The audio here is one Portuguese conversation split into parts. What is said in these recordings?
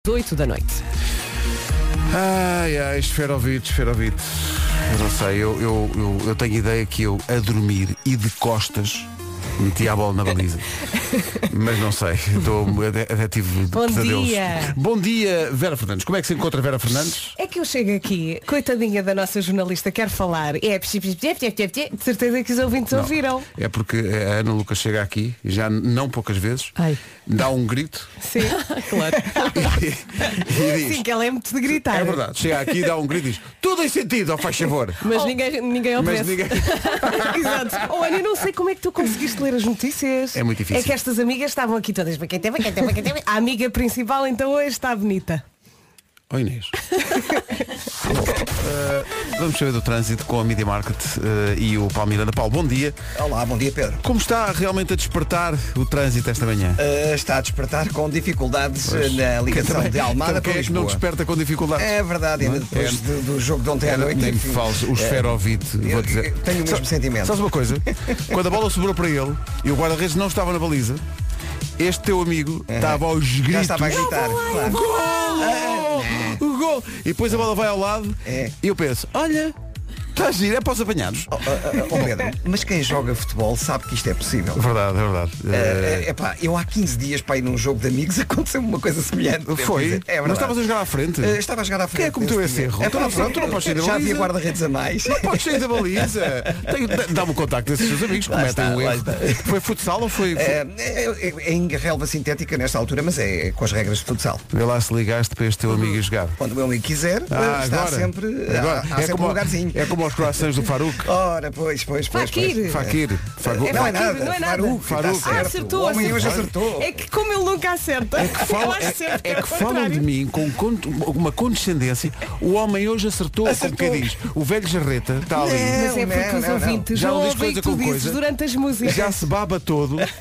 8 da noite. Ai, esferovite. Eu não sei, eu tenho ideia que eu a dormir e de costas meti a bola na baliza. Mas não sei, até tive Bom pesadelos. dia. Bom dia, Vera Fernandes. Como é que se encontra Vera Fernandes? É que eu chego aqui, coitadinha da nossa jornalista, quer falar. De certeza que os ouvintes ouviram. É porque a Ana Lucas chega aqui, já não poucas vezes, Ai. dá um grito Sim, claro. e diz, Sim, que ela é muito de gritar. é verdade, chega aqui e dá um grito e diz, tudo em sentido, faz favor. Mas ninguém Mas oferece. ninguém... Exato. Olha, eu não sei como é que tu conseguiste ler as notícias. É muito difícil. É que estas amigas estavam aqui todas. A amiga principal então hoje está bonita. Oi Inês. Vamos saber do trânsito com a Media Market e o Paulo Miranda. Paulo, bom dia. Olá, bom dia Pedro. Como está realmente a despertar o trânsito esta manhã? Está a despertar com dificuldades na ligação de Almada Então, para quem é que não Lisboa. desperta com dificuldades? É verdade, ainda depois do jogo de ontem à noite. Nem me enfim. fales, o esferovite, vou dizer. Eu tenho o mesmo sentimento. Sabes uma coisa? Quando a bola sobrou para ele e o guarda-redes não estava na baliza, este teu amigo estava aos gritos. Já estava a gritar. Claro. O gol! E depois a bola vai ao lado É. e eu penso, olha, está a giro, é para os apanhados. Pedro, mas quem joga futebol sabe que isto é possível. Verdade, é verdade. Epá, eu há 15 dias para ir num jogo de amigos aconteceu uma coisa semelhante. devo Foi? dizer. É verdade. Mas estavas a jogar à frente? Estava a jogar à frente. Quem é que cometeu nesse esse dia. erro? É, Então, pronto, tu não podes sair da já havia baliza. guarda-redes a mais. Não podes sair da baliza. Dá-me o contacto desses seus amigos que Lá cometem está, um lá erro. está. Foi futsal ou foi... É em relva sintética nesta altura, mas é com as regras de futsal. Vê lá se ligaste para este teu amigo ir jogar. Quando o meu amigo quiser, está agora. sempre, Agora. há sempre um lugarzinho. É como aos croissants do Farouk. Ora, pois. Fakir. Fakir. Não é nada. não é nada. Faruque, está certo. Acertou. O homem hoje acertou. É que como ele nunca acerta. É que falam, eu acho sempre é é que o falam contrário. de mim com uma condescendência. O homem hoje acertou. Como quem diz. O velho Jarreta está ali. Mas é porque os ouvintes Já não não diz ouvem coisa tu com dizes coisa. durante as músicas. Já se baba todo. Bem.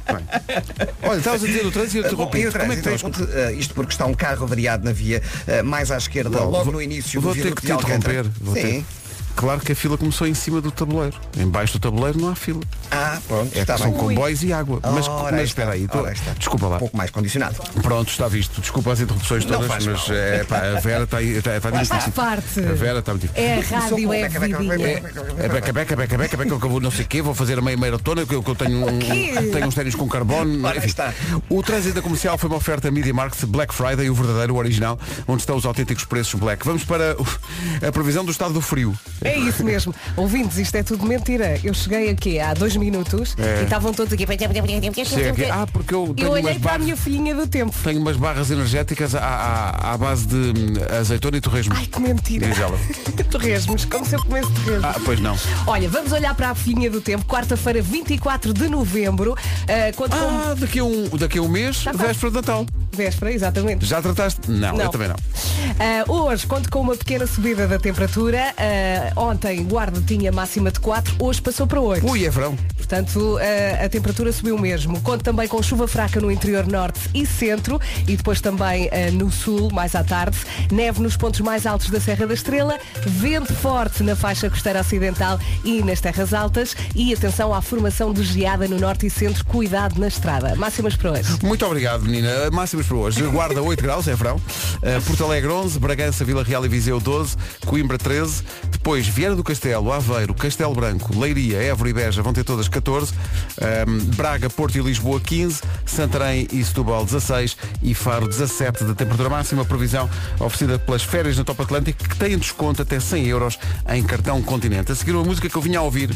Olha, estavas a dizer do trânsito e eu te Bom, interrompi. e o Como é que trânsito, estás? isto porque está um carro avariado na via mais à esquerda, logo no início do Vou ter viaduto que de te Alcântara. interromper. Sim. Claro que a fila começou em cima do tabuleiro. Em baixo do tabuleiro não há fila. Pronto, É está que são bem. comboios e água. Mas espera aí. Ora, está. Desculpa lá. Um pouco mais condicionado. Pronto, está visto. Desculpa as interrupções Não todas, faz mas mal. a Vera está Faz difícil. parte. A Vera está muito difícil. É a rádio, é a vidinha. É beca, que eu vou não sei o quê, vou fazer a meia maratona, que eu tenho, tenho uns ténis com carbono. Ora, Enfim. está. O trânsito da comercial foi uma oferta Media Market Black Friday, o verdadeiro, o original, onde estão os autênticos preços Black. Vamos para a previsão do estado do frio. É isso mesmo. Ouvintes, isto é tudo mentira. Eu cheguei aqui há 2 minutos e estavam todos aqui. Chega aqui. Porque eu Eu tenho olhei umas para a barras, minha filhinha do tempo. tenho umas barras energéticas à base de azeitona e torresmo. Ai, que mentira. Diz ela. Torresmos, como se eu comesse torresmos. Pois não. Olha, vamos olhar para a filhinha do tempo. Quarta-feira, 24 de novembro. Quando Daqui a um mês, Já está. véspera de Natal. Véspera, exatamente. Já trataste? Não, Não. eu também não. Hoje conto com uma pequena subida da temperatura. Ontem Guarda tinha máxima de 4, hoje passou para 8. Ui, é verão. Portanto, a temperatura subiu mesmo. Conto também com chuva fraca no interior norte e centro e depois também no sul, mais à tarde. Neve nos pontos mais altos da Serra da Estrela, vento forte na faixa costeira ocidental e nas terras altas e atenção à formação de geada no norte e centro. Cuidado na estrada. Máximas para hoje. Muito obrigado, menina. Máximas para hoje. Guarda 8 graus, é verão. Porto Alegre 11, Bragança, Vila Real e Viseu 12, Coimbra 13, depois Viana do Castelo, Aveiro, Castelo Branco, Leiria, Évora e Beja vão ter todas 14, Braga, Porto e Lisboa 15, Santarém e Setúbal 16 e Faro 17 de temperatura máxima. Previsão oferecida pelas férias no Top Atlântico que têm desconto até 100 euros em cartão Continente. A seguir uma música que eu vinha a ouvir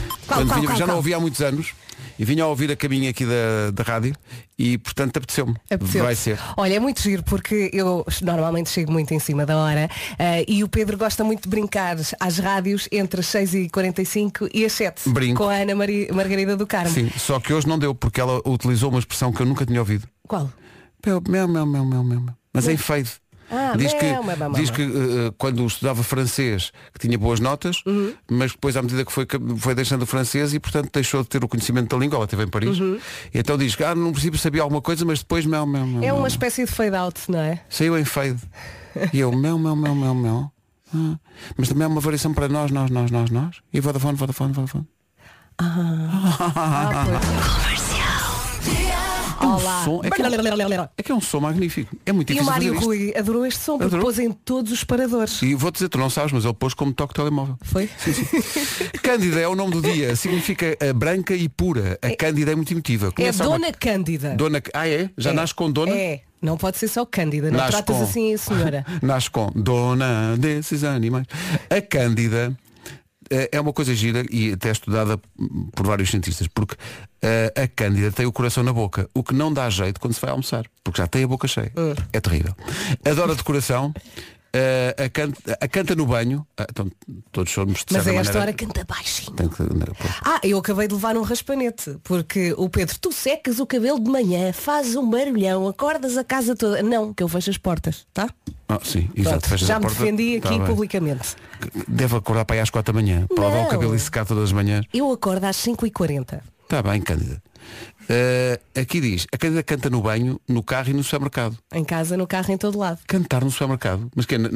já não ouvi há muitos anos e vinha a ouvir a caminho aqui da rádio e portanto apeteceu-me. Vai ser. Olha, é muito giro porque eu normalmente chego muito em cima da hora e o Pedro gosta muito de brincar às rádios entre as 6h45 e as 7 Brinco. com a Ana Margarida do Carmo. Sim, só que hoje não deu porque ela utilizou uma expressão que eu nunca tinha ouvido. Qual? Meu. Mas em fade. Diz que quando estudava francês que tinha boas notas, mas depois à medida que foi deixando o francês e portanto deixou de ter o conhecimento da língua, ela esteve em Paris. E então diz que no princípio sabia alguma coisa, mas depois É uma espécie de fade out, não é? saiu em fade. E eu meu. Mas também é uma variação para nós. E Vodafone. Pois. É um Olá. som, é que é um som magnífico. É muito E o difícil Mário fazer isto. Rui adorou este som, porque Adorou. pôs em todos os paradores. E vou dizer, tu não sabes, mas ele pôs como toque telemóvel. Foi? Cândida é o nome do dia, significa branca e pura. A Cândida é muito emotiva. É Conhece Dona Cândida. Dona... Ah, é? Já nasce com Dona? É, não pode ser só Cândida, não Nasce tratas com- assim a senhora. Nasce com Dona desses animais. A Cândida é uma coisa gira e até estudada por vários cientistas, porque a Cândida tem o coração na boca, o que não dá jeito quando se vai almoçar, porque já tem a boca cheia. É terrível. Adora decoração. A canta no banho. Então, todos somos de Mas certa a esta maneira. hora canta baixinho. Tem que- não, pô. Eu acabei de levar um raspanete, porque o Pedro, tu secas o cabelo de manhã, fazes um barulhão, acordas a casa toda. Não, que eu fecho as portas, tá? Sim, exato. Pronto, fechas já a me porta. defendi Tá aqui bem. publicamente. Deve acordar para aí às 4 da manhã, para lavar o Não. cabelo e secar todas as manhãs. Eu acordo às 5h40. Está bem, Cândida. Aqui diz, a Cândida canta no banho, no carro e no supermercado. Em casa, no carro, em todo lado. Cantar no supermercado? Mas que é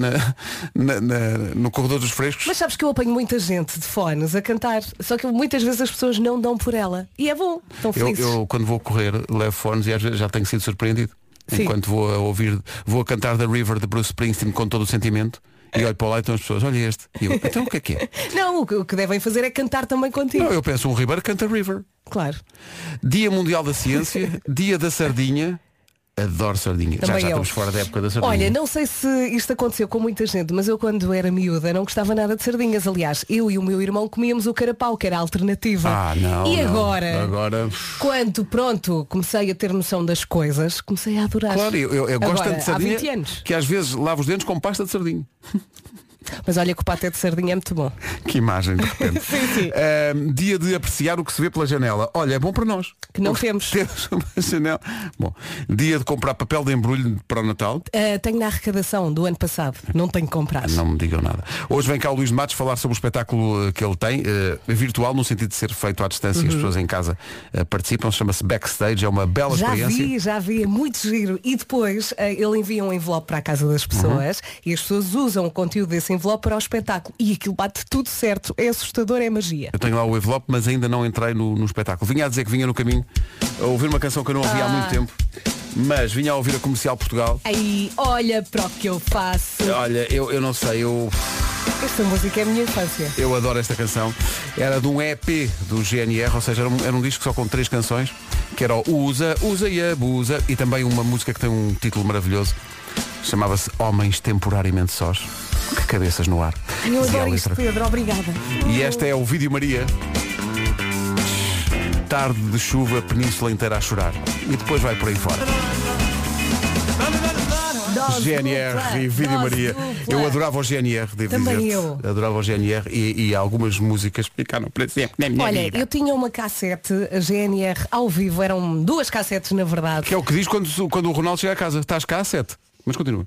no corredor dos frescos? Mas sabes que eu apanho muita gente de fones a cantar, só que muitas vezes as pessoas não dão por ela. E é bom, estão felizes. Eu quando vou correr levo fones e às vezes já tenho sido surpreendido. Sim. Enquanto vou a cantar The River de Bruce Springsteen com todo o sentimento e olho para lá e estão as pessoas, olha este. E eu, então o que é que é? Não, o que devem fazer é cantar também contigo. Não, eu penso, um Ribeiro canta River. Claro. Dia Mundial da Ciência, Dia da Sardinha. Adoro sardinha. Já Também eu. estamos fora da época da sardinha. Olha, não sei se isto aconteceu com muita gente, mas eu quando era miúda não gostava nada de sardinhas. Aliás, eu e o meu irmão comíamos o carapau, que era a alternativa. Não. E não. agora, quando comecei a ter noção das coisas, comecei a adorar. Claro, eu gosto Agora, tanto de sardinha há 20 anos. que às vezes lavo os dentes com pasta de sardinha. Mas olha que o paté de sardinha é muito bom. Que imagem, de repente. Dia de apreciar o que se vê pela janela. Olha, é bom para nós. Que não temos. Temos uma janela. Bom, dia de comprar papel de embrulho para o Natal. Tenho na arrecadação do ano passado. Não tenho que comprar. Não me digam nada. Hoje vem cá o Luís de Matos falar sobre o espetáculo que ele tem, virtual, no sentido de ser feito à distância e as pessoas em casa participam. Chama-se Backstage, é uma bela experiência. Já vi, é muito giro. E depois ele envia um envelope para a casa das pessoas e as pessoas usam o conteúdo desse envelope para o espetáculo. E aquilo bate tudo certo. É assustador, é magia. Eu tenho lá o envelope, mas ainda não entrei no espetáculo. Vinha a dizer que vinha no caminho a ouvir uma canção que eu não ouvia há muito tempo, mas vinha a ouvir a Comercial Portugal. Aí, olha para o que eu faço. Olha, eu não sei, Esta música é a minha infância. eu adoro esta canção. Era de um EP do GNR, ou seja, era um disco só com 3 canções, que era o Usa, Usa e Abusa, e também uma música que tem um título maravilhoso. Chamava-se Homens Temporariamente Sós. Que cabeças no ar. Eu Dizia a adoro isto, letra. Pedro. Obrigada. E esta é o Vídeo Maria. Tarde de chuva, península inteira a chorar. E depois vai por aí fora. GNR e Vídeo Maria. Eu adorava o GNR, devo Também dizer. eu. Adorava o GNR e algumas músicas ficaram para sempre na minha Olha, vida. eu tinha uma cassete, a GNR ao vivo, eram 2 cassetes na verdade. Que é o que diz quando o Ronaldo chega a casa. Estás cá a 7. Mas continua.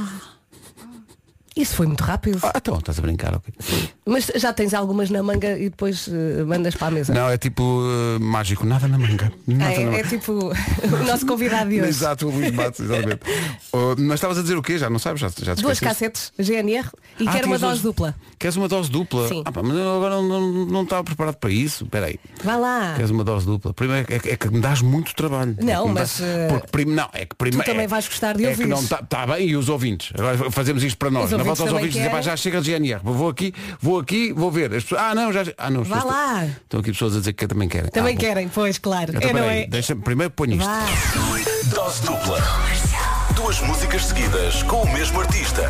Isso foi muito rápido. Então, estás a brincar, ok. Mas já tens algumas na manga e depois mandas para a mesa. Não, é tipo mágico, nada na manga. Nada na manga. É tipo o nosso convidado de hoje. Exato, o Luís Matos, exatamente. Mas estavas a dizer o quê? Já não sabes? Já te 2 esqueceste? cassetes GNR e quero uma tinhas dose dupla. Queres uma dose dupla? Sim. Mas eu agora não estava preparado para isso. Espera aí. Vá lá. Queres uma dose dupla? Primeiro é que me dás muito trabalho. Não, É que me mas, porque não, é que primeiro. tu também vais gostar de é ouvir. que não está bem, e os ouvintes. Agora fazemos isto para nós. Os Não ouvintes volta aos também ouvintes dizer, querem. já chega de GNR. Vou aqui, vou ver. As pessoas, não, já. Não, as Vá pessoas lá. Estão aqui pessoas a dizer que também querem. Também bom. querem, pois, claro. Então, É, não peraí, é? deixa primeiro ponho isto. Vá. Dose dupla. 2 músicas seguidas com o mesmo artista.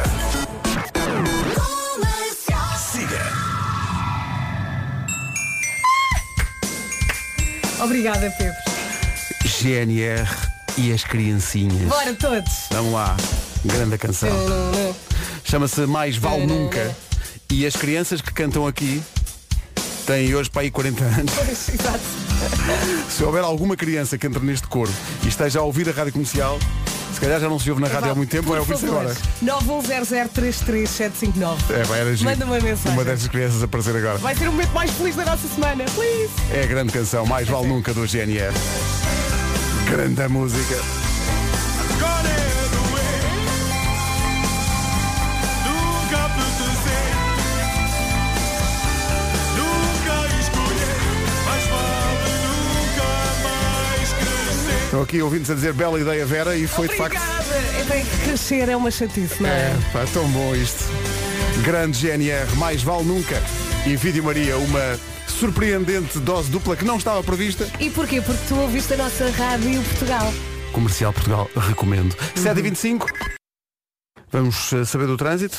Siga. Obrigada, Pedro. GNR e as criancinhas. Bora todos. Vamos lá. Grande canção. Chama-se Mais Vale Nunca. E as crianças que cantam aqui têm hoje para aí 40 anos. Pois, exato. Se houver alguma criança que entre neste coro e esteja a ouvir a rádio comercial, se calhar já não se ouve na rádio há muito tempo, vai ouvir-se agora. 910033759. Era giro. Manda uma mensagem. Uma dessas crianças a aparecer agora. Vai ser o momento mais feliz da nossa semana. Please. É a grande canção, Mais Vale Nunca do GNR. Grande música. aqui ouvindo-nos a dizer bela ideia, Vera, e foi Obrigada. de facto. É que crescer é uma chatice, não é? Pá, tão bom isto. Grande GNR, mais vale nunca. E Vídeo Maria, uma surpreendente dose dupla que não estava prevista. E porquê? Porque tu ouviste a nossa rádio Portugal. Comercial Portugal, recomendo. 7h25. Vamos saber do trânsito.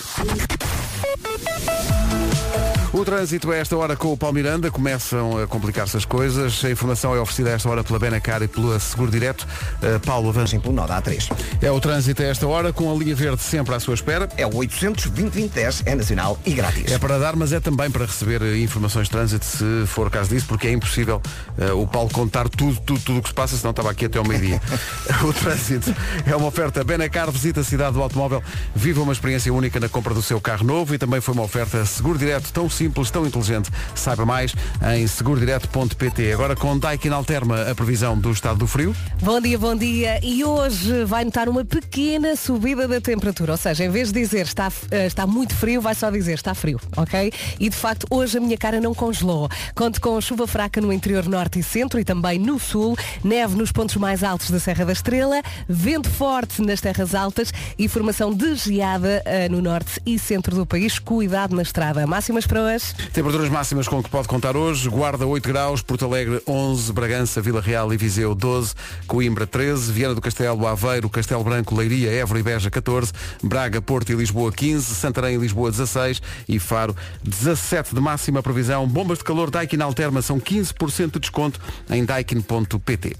O trânsito a esta hora com o Paulo Miranda. Começam a complicar-se as coisas. A informação é oferecida a esta hora pela Benacar e pela Seguro Direto. Paulo, avança. Pelo nó da A3. É o trânsito a esta hora, com a linha verde sempre à sua espera. É o 800 2010, é nacional e grátis. É para dar, mas é também para receber informações de trânsito, se for o caso disso, porque é impossível o Paulo contar tudo o que se passa, senão estava aqui até ao meio-dia. O trânsito é uma oferta Benacar, visita a cidade do automóvel, viva uma experiência única na compra do seu carro novo, e também foi uma oferta Seguro Direto, tão simples, tão inteligente. Saiba mais em segurodireto.pt. Agora com Daikin Alterma, a previsão do estado do frio. Bom dia, bom dia. E hoje vai notar uma pequena subida da temperatura. Ou seja, em vez de dizer está muito frio, vai só dizer está frio, ok? E de facto, hoje a minha cara não congelou. Conto com chuva fraca no interior norte e centro e também no sul, neve nos pontos mais altos da Serra da Estrela, vento forte nas terras altas e formação de geada no norte e centro do país. Cuidado na estrada. Máximas para hoje. Temperaturas máximas com que pode contar hoje. Guarda 8 graus, Porto Alegre 11, Bragança, Vila Real e Viseu 12, Coimbra 13, Viana do Castelo, Aveiro, Castelo Branco, Leiria, Évora e Beja 14, Braga, Porto e Lisboa 15, Santarém e Lisboa 16 e Faro 17 de máxima previsão. Bombas de calor Daikin Alterma são 15% de desconto em daikin.pt.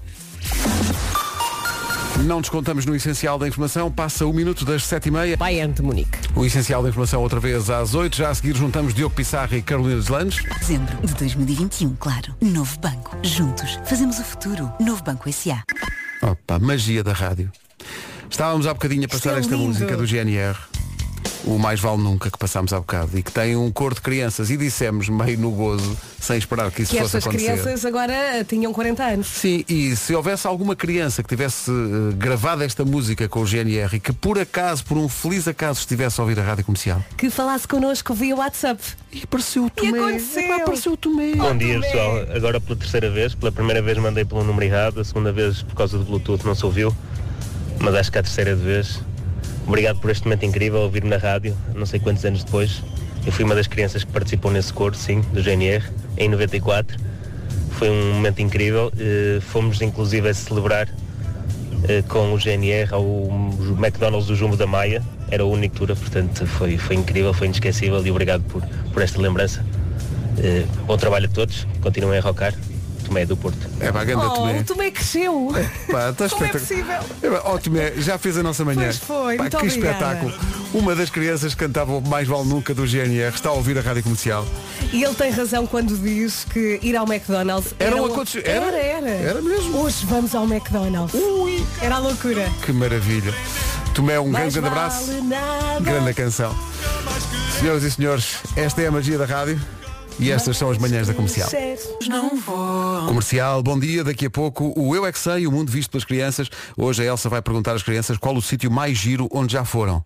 Não descontamos no essencial da informação. Passa o minuto das 7h30. Bayern de Munique. O essencial da informação outra vez às 8. Já a seguir juntamos Diogo Pissarra e Carolina Deslandes. Dezembro de 2021, claro. Novo banco. Juntos fazemos o futuro. Novo Banco S.A. Opa, magia da rádio. Estávamos há bocadinho a passar esta música do GNR. O Mais Vale Nunca, que passámos há bocado, e que tem um coro de crianças, e dissemos meio no gozo, sem esperar que isso que fosse acontecer. estas crianças agora tinham 40 anos. Sim, e se houvesse alguma criança que tivesse gravado esta música com o GNR e que por acaso, por um feliz acaso, estivesse a ouvir a rádio comercial, que falasse connosco via WhatsApp. e apareceu o Tomé. Apareceu o Tomé. Bom dia, pessoal. Agora pela terceira vez. Pela primeira vez mandei pelo número errado, a segunda vez por causa do Bluetooth não se ouviu, mas acho que é a terceira vez. Obrigado por este momento incrível, ouvir-me na rádio, não sei quantos anos depois. Eu fui uma das crianças que participou nesse coro, sim, do GNR, em 94. Foi um momento incrível. Fomos inclusive a celebrar com o GNR ao McDonald's do Jumbo da Maia. Era a única tour, portanto foi incrível, foi inesquecível, e obrigado por esta lembrança. Bom trabalho a todos, continuem a rocar. Tomé do Porto. É para a ganda Tomé. O Tomé cresceu. Pá, está Como é possível? Tomé, já fez a nossa manhã. Pois foi, Pá, muito que obrigada. espetáculo. Uma das crianças que cantava o Mais Vale Nunca do GNR está a ouvir a rádio comercial. E ele tem razão quando diz que ir ao McDonald's Era um um- acontecimento. Era mesmo. Hoje vamos ao McDonald's. Ui. Era a loucura. Que maravilha. Tomé, um grande abraço. Vale nada. Grande canção. Senhoras e senhores, esta é a magia da rádio. E estas são as manhãs da comercial. Comercial, bom dia. Daqui a pouco o Eu É Que Sei, o mundo visto pelas crianças. Hoje a Elsa vai perguntar às crianças qual o sítio mais giro onde já foram.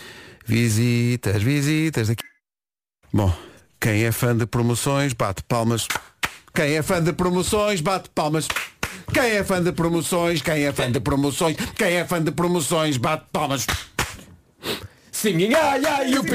Visitas daqui. Bom, quem é fã de promoções, bate palmas. Quem é fã de promoções, bate palmas. Quem é fã de promoções, quem é fã de promoções, quem é fã de promoções, bate palmas. Singing ai ai e o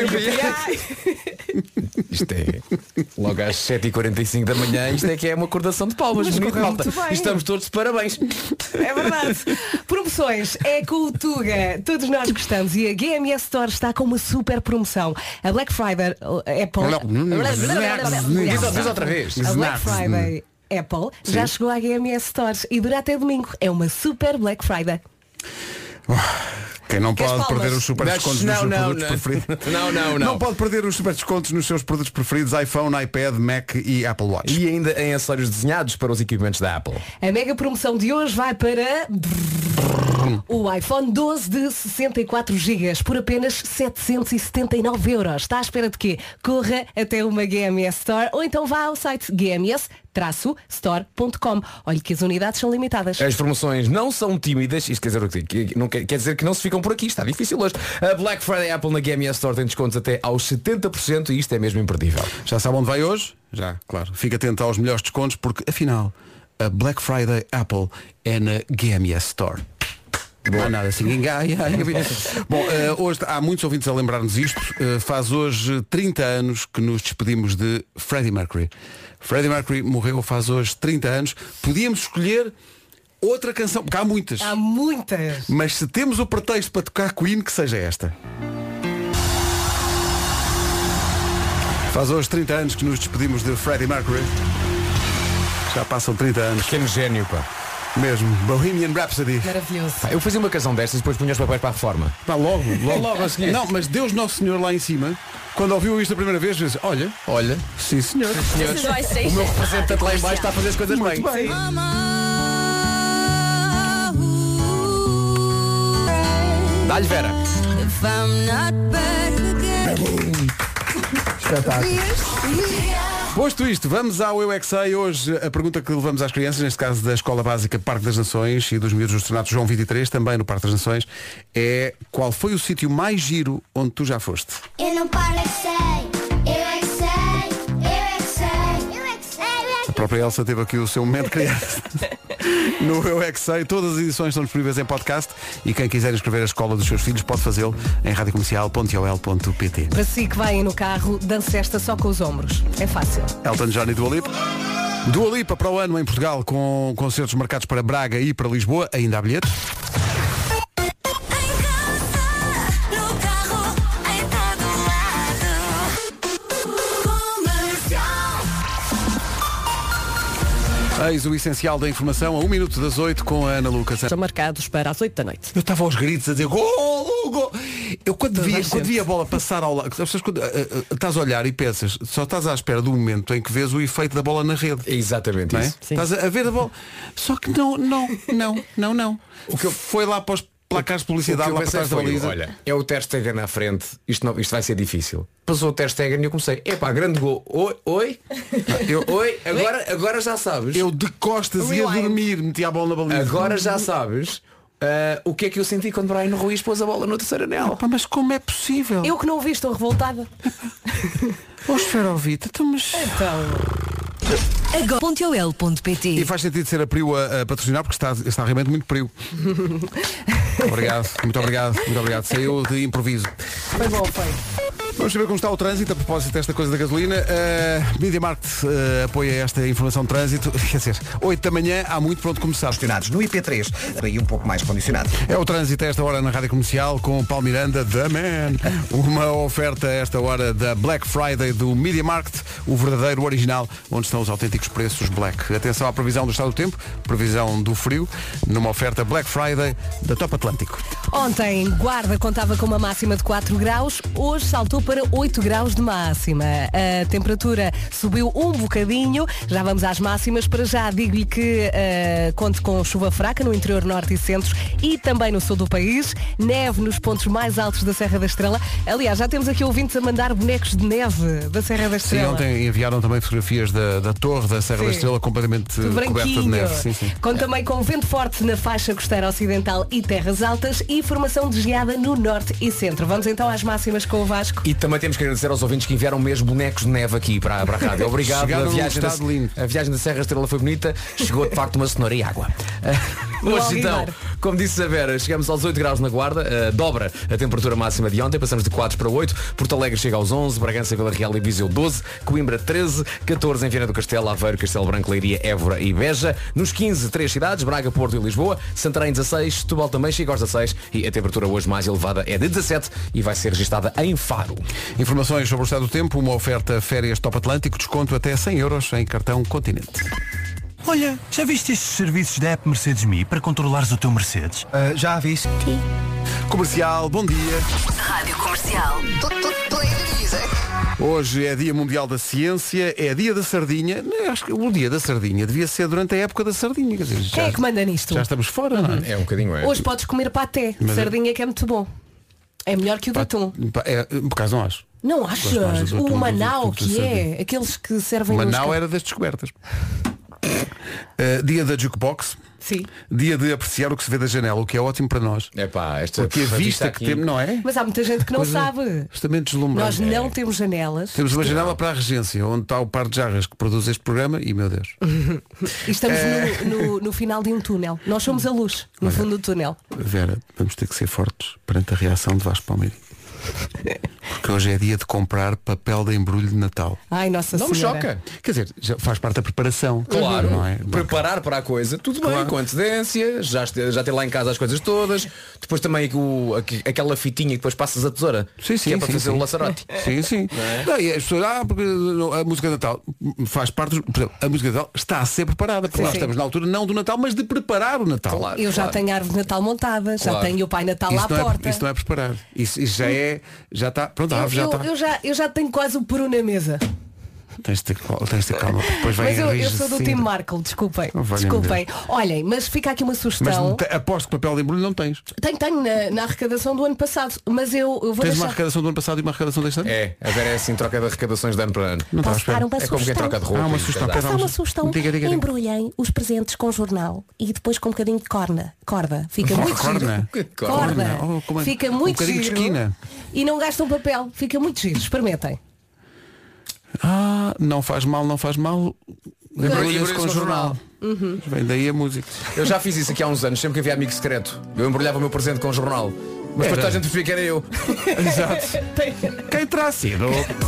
Isto é logo às 7h45 da manhã. Isto é que é uma acordação de palmas. Mas Bonito, correu malta. muito bem. Estamos todos de parabéns. É verdade. Promoções é com o Tuga. Todos nós gostamos e a GMS Store está com uma super promoção. A Black Friday Apple. Diz outra vez. A Black Friday Apple já chegou à GMS Store e dura até domingo. É uma super Black Friday. Quem não Queres pode palmas? perder os super descontos nos seus produtos preferidos. Não. Não pode perder os super descontos nos seus produtos preferidos: iPhone, iPad, Mac e Apple Watch. E ainda em acessórios desenhados para os equipamentos da Apple. A mega promoção de hoje vai para o iPhone 12 de 64 GB por apenas 779 €. Está à espera de quê? Corra até uma GMS Store ou então vá ao site gms-store.com. Olhe que as unidades são limitadas. As promoções não são tímidas. Isto quer dizer o quê? Não quer dizer que não se ficam por aqui. Está difícil hoje. A Black Friday Apple na GMS Store tem descontos até aos 70% e isto é mesmo imperdível. Já sabe onde vai hoje? Já, claro. Fica atento aos melhores descontos porque, afinal, a Black Friday Apple é na GMS Store. Não há nada assim. Bom, hoje há muitos ouvintes a lembrar-nos isto. Faz hoje 30 anos que nos despedimos de Freddie Mercury. Freddie Mercury morreu faz hoje 30 anos. Podíamos escolher outra canção, porque há muitas. Há muitas. Mas se temos o pretexto para tocar Queen, que seja esta. Faz hoje 30 anos que nos despedimos de Freddie Mercury. Já passam 30 anos. Pequeno gênio, pá. Mesmo. Bohemian Rhapsody. Maravilhoso. Pá, eu fazia uma canção destas e depois punha os papéis para a reforma. Pá, logo a seguir. Não, mas Deus Nosso Senhor lá em cima, quando ouviu isto a primeira vez, disse, olha, sim senhor. Senhores, o meu representante lá em baixo está a fazer as coisas bem. Dá-lhe, Vera. Posto isto, vamos ao Eu é que Sei. Hoje a pergunta que levamos às crianças, neste caso da Escola Básica Parque das Nações e dos miúdos do Estrenato João 23, também no Parque das Nações, é: qual foi o sítio mais giro onde tu já foste? Eu não paro, é que sei. Eu é que sei. Eu é que sei. Eu é que sei. A própria Elsa teve aqui o seu momento de criança. No Eu é que Sei, todas as edições estão disponíveis em podcast e quem quiser inscrever a escola dos seus filhos pode fazê-lo em radiocomercial.ol.pt. Para si que vai no carro, dance esta só com os ombros. É fácil. Elton John e Dua Lipa. Dua Lipa para o ano em Portugal, com concertos marcados para Braga e para Lisboa. Ainda há bilhetes. Eis o essencial da informação a 1 minuto das 8 com a Ana Lucas. Estão marcados para as 8 da noite. Eu estava aos gritos a dizer gol, gol. Eu quando vi a bola passar ao lado, quando estás a olhar e pensas, só estás à espera do momento em que vês o efeito da bola na rede. É exatamente não é? isso. Estás a ver a bola. Só que não. O que foi lá para os placares de publicidade lá para trás da baliza. Olha, é o Ter Stegen na frente. Isto vai ser difícil. Passou o Ter Stegen e eu comecei. Epá, grande gol. Oi? Agora já sabes. Eu de costas ia dormir, metia a bola na baliza. Agora já sabes o que é que eu senti quando Brian Ruiz pôs a bola no terceiro anel. Pá, mas como é possível? Eu que não vi, estou revoltada. Ô Esferovita, então. Agora.ol.pt. E faz sentido ser a Priu a patrocinar porque está realmente muito Priu. Muito obrigado. Saiu de improviso. Foi bom. Vamos saber como está o trânsito a propósito desta coisa da gasolina. Media Market apoia esta informação de trânsito. Quer dizer, 8 da manhã há muito para onde começar. Questionados no IP3, aí um pouco mais condicionado. É o trânsito a esta hora na Rádio Comercial com o Paulo Miranda, The Man. Uma oferta a esta hora da Black Friday do Media Market, o verdadeiro original, onde estão os autênticos preços Black. Atenção à previsão do estado do tempo, previsão do frio, numa oferta Black Friday da Top Atlântico. Ontem, Guarda contava com uma máxima de 4 graus, hoje saltou para 8 graus de máxima. A temperatura subiu um bocadinho, já vamos às máximas. Para já digo-lhe que conte com chuva fraca no interior norte e centro e também no sul do país, neve nos pontos mais altos da Serra da Estrela. Aliás, já temos aqui ouvintes a mandar bonecos de neve da Serra da Estrela. Sim, ontem enviaram também fotografias da torre da Serra da Estrela completamente coberta de neve. Sim. Conta também com vento forte na faixa costeira ocidental e terras altas e formação de geada no norte e centro. Vamos então às máximas com o Vasco. E também temos que agradecer aos ouvintes que enviaram mesmo bonecos de neve aqui para a rádio. Obrigado. A viagem da Serra da Estrela foi bonita. Chegou de facto uma cenoura e água. Hoje então, como disse a Vera, chegamos aos 8 graus na Guarda, dobra a temperatura máxima de ontem, passamos de 4 para 8, Porto Alegre chega aos 11, Bragança, Vila Real e Viseu 12, Coimbra 13, 14 em Viana do Castelo, Aveiro, Castelo Branco, Leiria, Évora e Beja, nos 15, 3 cidades, Braga, Porto e Lisboa, Santarém 16, Setúbal também chega aos 16 e a temperatura hoje mais elevada é de 17 e vai ser registada em Faro. Informações sobre o estado do tempo, uma oferta férias Top Atlântico, desconto até 100 euros em cartão Continente. Olha, já viste estes serviços da app Mercedes-Me para controlares o teu Mercedes? Já vi. Comercial, bom dia. Rádio Comercial. Hoje é Dia Mundial da Ciência, é Dia da Sardinha. Acho que o Dia da Sardinha devia ser durante a época da sardinha. Quer dizer, quem é que manda nisto? Já estamos fora, não é? É um bocadinho. Hoje podes comer paté, sardinha que é muito bom. É melhor que o de atum. Por acaso não acho. Não achas? O Manau que é, aqueles que servem Manau era das descobertas. Dia da Jukebox. Sim. Dia de apreciar o que se vê da janela, o que é ótimo para nós. Porque a vista que temos, não é? Mas há muita gente que não sabe. Justamente deslumbrante. Nós não temos janelas. Temos uma janela para a regência, onde está o par de jarras que produz este programa e, meu Deus. E estamos no final de um túnel. Nós somos a luz, no fundo do túnel. Vera, vamos ter que ser fortes perante a reação de Vasco Palmeirinho. Porque hoje é dia de comprar papel de embrulho de Natal. Ai, Nossa Não Senhora. me choca. Quer dizer, já faz parte da preparação. Claro, não é? Preparar para a coisa, tudo bem, com antecedência, já ter lá em casa as coisas todas, depois também aquela fitinha que depois passas a tesoura, sim, que é para fazer o laçarote. Sim, sim. Não, e as pessoas, porque a música de Natal faz parte a música de Natal está a ser preparada, porque nós estamos na altura não do Natal, mas de preparar o Natal. Claro, eu já tenho a árvore de Natal montada, já tenho o Pai Natal à porta. Isso não é preparar. Isso já está. Pronto, a árvore já está. Eu já tenho quase o peru na mesa. Tens de ter calma. Depois vai mas eu sou do time Marco, desculpem. Olhem, mas fica aqui uma sugestão. Mas aposto que papel de embrulho não tens. Tenho na arrecadação do ano passado. Mas eu vou Tens deixar... uma arrecadação do ano passado e uma arrecadação deste ano? É, a Vera é assim, troca de arrecadações de ano para ano. Não Posso dar uma é como quem troca de roupa. Uma sugestão. Posso dar uma sugestão? Diga. Embrulhem os presentes com jornal e depois com um bocadinho de corda. Fica muito giro. Corda. Fica muito giro. De esquina. E não gastam papel. Fica muito giro. Experimentem. Não faz mal. Embrulha-se com jornal. Vem daí a música. Eu já fiz isso aqui há uns anos, sempre que havia amigo secreto. Eu embrulhava o meu presente com jornal. Mas depois toda a gente percebia que era eu. Exato. Quem terá sido?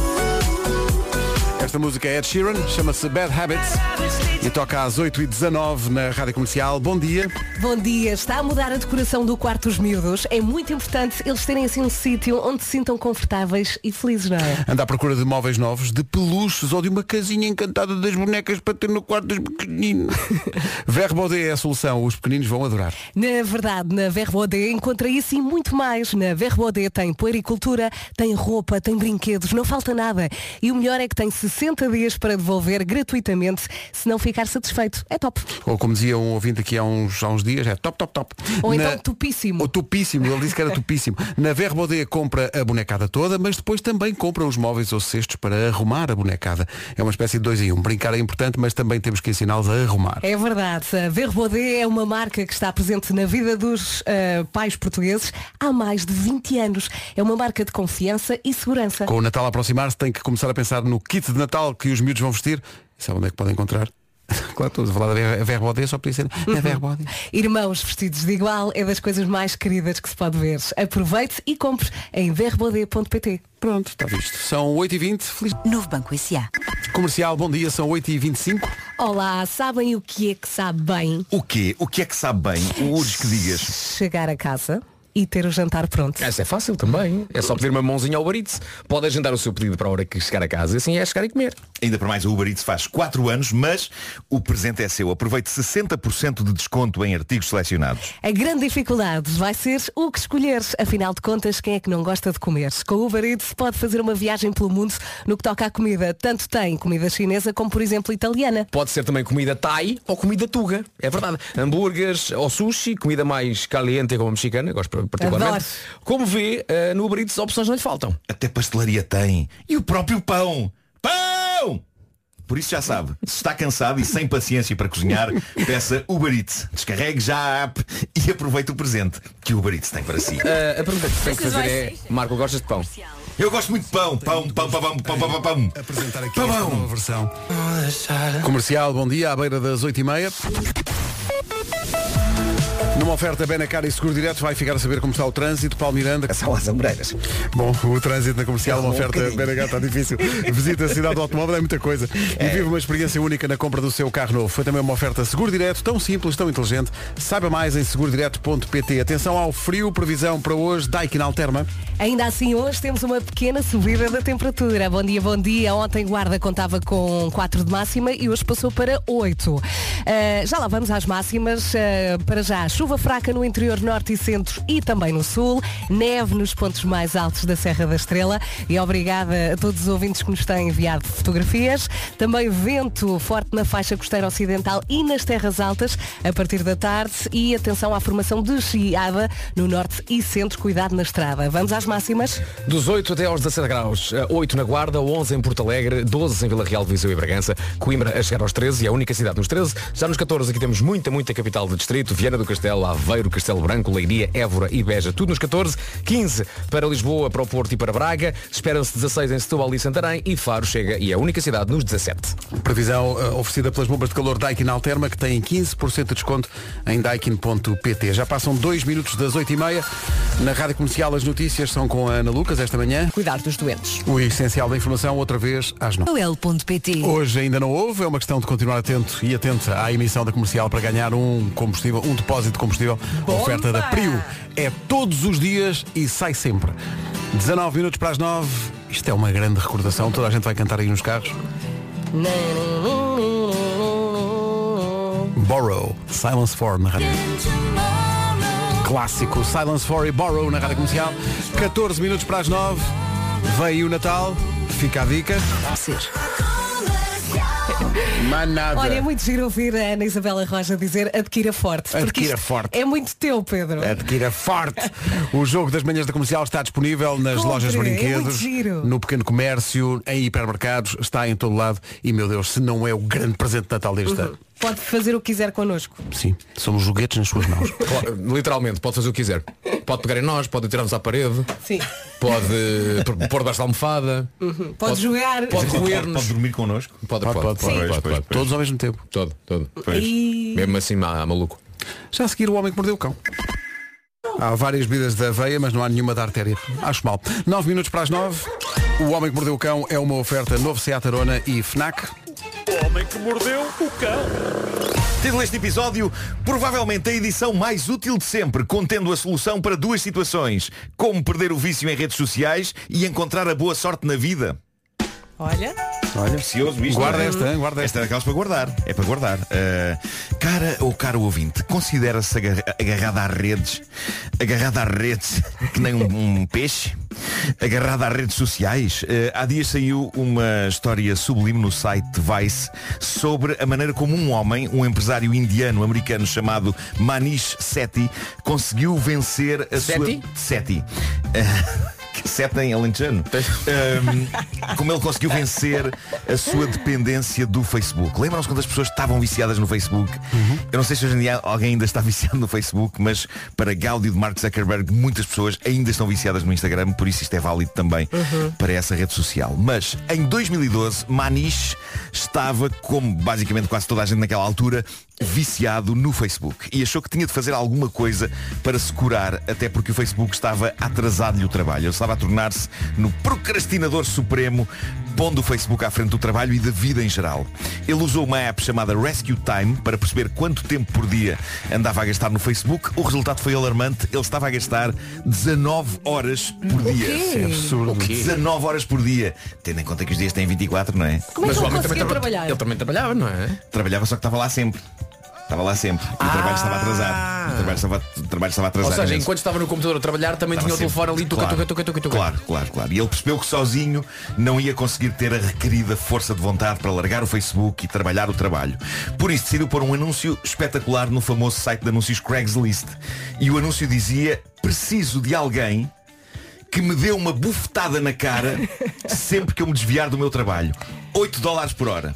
Esta música é Ed Sheeran, chama-se Bad Habits e toca às 8h19 na Rádio Comercial. Bom dia. Bom dia. Está a mudar a decoração do quarto dos miúdos. É muito importante eles terem assim um sítio onde se sintam confortáveis e felizes, não é? Anda à procura de móveis novos, de peluches ou de uma casinha encantada das bonecas para ter no quarto dos pequeninos. Verbaudet é a solução. Os pequeninos vão adorar. Na verdade, na Verbaudet encontra isso e muito mais. Na Verbaudet tem puericultura, tem roupa, tem brinquedos, não falta nada. E o melhor é que tem 60 dias para devolver gratuitamente se não ficar satisfeito. É top. Ou como dizia um ouvinte aqui há uns dias, é top. Ou então topíssimo. Ou topíssimo, ele disse que era topíssimo. Na Verbaudet compra a bonecada toda, mas depois também compra os móveis ou cestos para arrumar a bonecada. É uma espécie de 2 em 1. Brincar é importante, mas também temos que ensiná-los a arrumar. É verdade. A Verbaudet é uma marca que está presente na vida dos pais portugueses há mais de 20 anos. É uma marca de confiança e segurança. Com o Natal a aproximar-se, tem que começar a pensar no kit de Natal que os miúdos vão vestir. E sabe onde é que podem encontrar? Claro, estou a falar da Verbaudet, só podia ser na Verbaudet. Irmãos vestidos de igual é das coisas mais queridas que se pode ver. Aproveite e compre em verbaudet.pt. Pronto, está visto. São 8h20. Feliz... Novo Banco S.A. Comercial, bom dia, são 8h25. Olá, sabem o que é que sabe bem? O quê? O que é que sabe bem? O urge que digas. Chegar a casa e ter o jantar pronto. Essa é fácil também. É só pedir uma mãozinha ao Uber Eats. Pode agendar o seu pedido para a hora que chegar a casa e assim é chegar e comer. Ainda para mais, o Uber Eats faz 4 anos, mas o presente é seu. Aproveite 60% de desconto em artigos selecionados. A grande dificuldade vai ser o que escolheres. Afinal de contas, quem é que não gosta de comer? Com o Uber Eats pode fazer uma viagem pelo mundo no que toca à comida. Tanto tem comida chinesa como, por exemplo, italiana. Pode ser também comida thai ou comida tuga. É verdade. Hambúrgueres ou sushi, comida mais caliente como a mexicana. Gosto particularmente. Adoro. Como vê, no Uber Eats opções não lhe faltam. Até pastelaria tem. E o próprio pão. Pão! Por isso já sabe, se está cansado e sem paciência para cozinhar, peça Uber Eats. Descarregue já a app e aproveite o presente que o Uber Eats tem para si. A pergunta que tem que fazer é, Marco, gostas de pão? Eu gosto muito de pão. Pão. Apresentar aqui esta nova versão. Comercial, bom dia, à beira das 8h30. Numa oferta Benacar e Seguro Direto vai ficar a saber como está o trânsito. Paulo Miranda. São as Amoreiras. Bom, o trânsito na comercial, uma oferta Benacar está difícil. Visita a cidade do automóvel, é muita coisa. E vive uma experiência única na compra do seu carro novo. Foi também uma oferta Seguro Direto, tão simples, tão inteligente. Saiba mais em segurodireto.pt. Atenção ao frio, previsão para hoje, Daikin Alterma. Ainda assim, hoje temos uma pequena subida da temperatura. Bom dia. Ontem Guarda contava com 4 de máxima e hoje passou para 8. Já lá vamos às máximas. Para já, chuva chuva fraca no interior norte e centro e também no sul, neve nos pontos mais altos da Serra da Estrela e obrigada a todos os ouvintes que nos têm enviado fotografias. Também vento forte na faixa costeira ocidental e nas terras altas a partir da tarde e atenção à formação de geada no norte e centro, cuidado na estrada. Vamos às máximas? Dos 8 até aos 17 graus, 8 na Guarda, 11 em Porto Alegre, 12 em Vila Real, Viseu e Bragança, Coimbra a chegar aos 13 e a única cidade nos 13. Já nos 14 aqui temos muita capital de distrito, Viana do Castelo, Aveiro, Castelo Branco, Leiria, Évora e Beja, tudo nos 14, 15 para Lisboa, para o Porto e para Braga, esperam-se 16 em Setúbal e Santarém e Faro chega e é a única cidade nos 17. Previsão oferecida pelas bombas de calor Daikin Alterma, que têm 15% de desconto em daikin.pt. Já passam 2 minutos das 8h30. Na Rádio Comercial as notícias são com a Ana Lucas esta manhã. Cuidar dos doentes. O essencial da informação outra vez às 9. L.pt. Hoje ainda não houve, é uma questão de continuar atento e atenta à emissão da Comercial para ganhar um combustível, um depósito de combustível. Bomba! Oferta da Prio. É todos os dias e sai sempre. 19 minutos para as 9. Isto é uma grande recordação. Toda a gente vai cantar aí nos carros. Borrow, Silence 4 na rádio. Clássico, Silence 4 e Borrow na rádio comercial. 14 minutos para as 9. Veio o Natal. Fica a dica. Mas nada. Olha, é muito giro ouvir a Ana Isabela Roja dizer adquira forte. Adquira forte. É muito teu, Pedro. Adquira forte. O jogo das manhãs da comercial está disponível nas Compre, lojas de brinquedos, é muito giro. no pequeno comércio, em hipermercados, está em todo lado. E meu Deus, se não é o grande presente de Natal deste ano. Pode fazer o que quiser connosco. Sim, somos joguetes nas suas mãos. Literalmente, pode fazer o que quiser. Pode pegar em nós, pode tirar-nos à parede. Sim. Pode pôr debaixo da almofada. Pode jogar. Pode roer-nos. Pode dormir connosco? Pode. Todos ao mesmo tempo. Todo. E... Mesmo assim, maluco. Já a seguir o Homem que Mordeu o Cão. Há várias bebidas da aveia, mas não há nenhuma da artéria. Acho mal. 9 minutos para as 9. O Homem que Mordeu o Cão é uma oferta novo Seat Arona e FNAC. O Homem que Mordeu o Cão. Título deste episódio, provavelmente a edição mais útil de sempre, contendo a solução para duas situações: como perder o vício em redes sociais e encontrar a boa sorte na vida. Olha. Precioso isto. Guarda não é? esta. Esta é daquelas para guardar. É para guardar. Caro ouvinte, considera-se agarrado às redes que nem um peixe, agarrado às redes sociais. Há dias saiu uma história sublime no site Vice sobre a maneira como um empresário indiano-americano chamado Manish Sethi, conseguiu vencer a sua... Sethi. Sete em alentejano. Como ele conseguiu vencer a sua dependência do Facebook. Lembram-se quando as pessoas estavam viciadas no Facebook? Eu não sei se hoje em dia alguém ainda está viciado no Facebook, mas para gáudio de Mark Zuckerberg muitas pessoas ainda estão viciadas no Instagram, por isso isto é válido também para essa rede social. Mas em 2012 Manish estava, como basicamente quase toda a gente naquela altura, viciado no Facebook e achou que tinha de fazer alguma coisa para se curar, até porque o Facebook estava a atrasar-lhe o trabalho. Ele estava a tornar-se no procrastinador supremo, pondo o Facebook à frente do trabalho e da vida em geral. Ele usou uma app chamada Rescue Time para perceber quanto tempo por dia andava a gastar no Facebook. O resultado foi alarmante. Ele estava a gastar 19 horas por dia. É absurdo. 19 horas por dia. Tendo em conta que os dias têm 24, não é? Como é que ele conseguia trabalhar? Ele também trabalhava, não é? Trabalhava, só que estava lá sempre. Estava lá sempre. E o trabalho estava atrasado. O trabalho estava atrasado. Ou seja, enquanto estava no computador a trabalhar, também tinha o telefone ali, tuca. Claro. E ele percebeu que sozinho não ia conseguir ter a requerida força de vontade para largar o Facebook e trabalhar o trabalho. Por isso decidiu pôr um anúncio espetacular no famoso site de anúncios Craigslist. E o anúncio dizia: preciso de alguém que me dê uma bufetada na cara sempre que eu me desviar do meu trabalho. $8 por hora.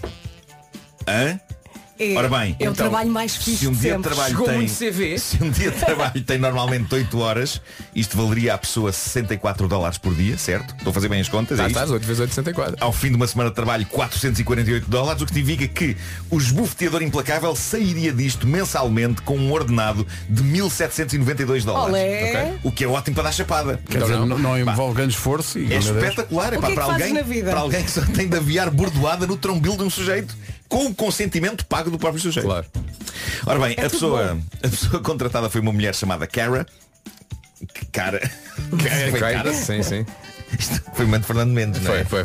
Hã? Ora bem, é o trabalho mais fixe se um dia de trabalho tem, se um dia de trabalho tem normalmente 8 horas, isto valeria à pessoa $64 por dia, certo? Estou a fazer bem as contas. Estás 8 vezes 8, 64. Ao fim de uma semana de trabalho, $448, o que significa que o esbufeteador implacável sairia disto mensalmente com um ordenado de $1.792. Okay? O que é ótimo para dar chapada. Quer dizer, não envolve grande esforço. É espetacular. O que é que para alguém que só tem de aviar bordoada no trombilo de um sujeito com o consentimento pago do próprio sujeito. Claro. Ora bem, a pessoa contratada foi uma mulher chamada Cara. Cara, sim. Isto foi o momento de Fernando Mendes, não é? Foi.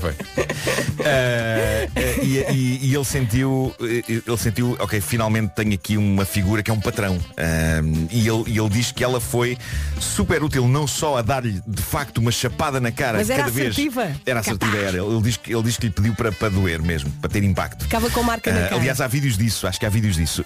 E ele sentiu, ok, finalmente tenho aqui uma figura que é um patrão. E ele diz que ela foi super útil, não só a dar-lhe de facto uma chapada na cara. Mas era cada assertiva. Vez. Era assertiva, era. Ele diz que lhe pediu para doer mesmo, para ter impacto. Ficava com marca na cara. Aliás, há vídeos disso, acho que há vídeos disso.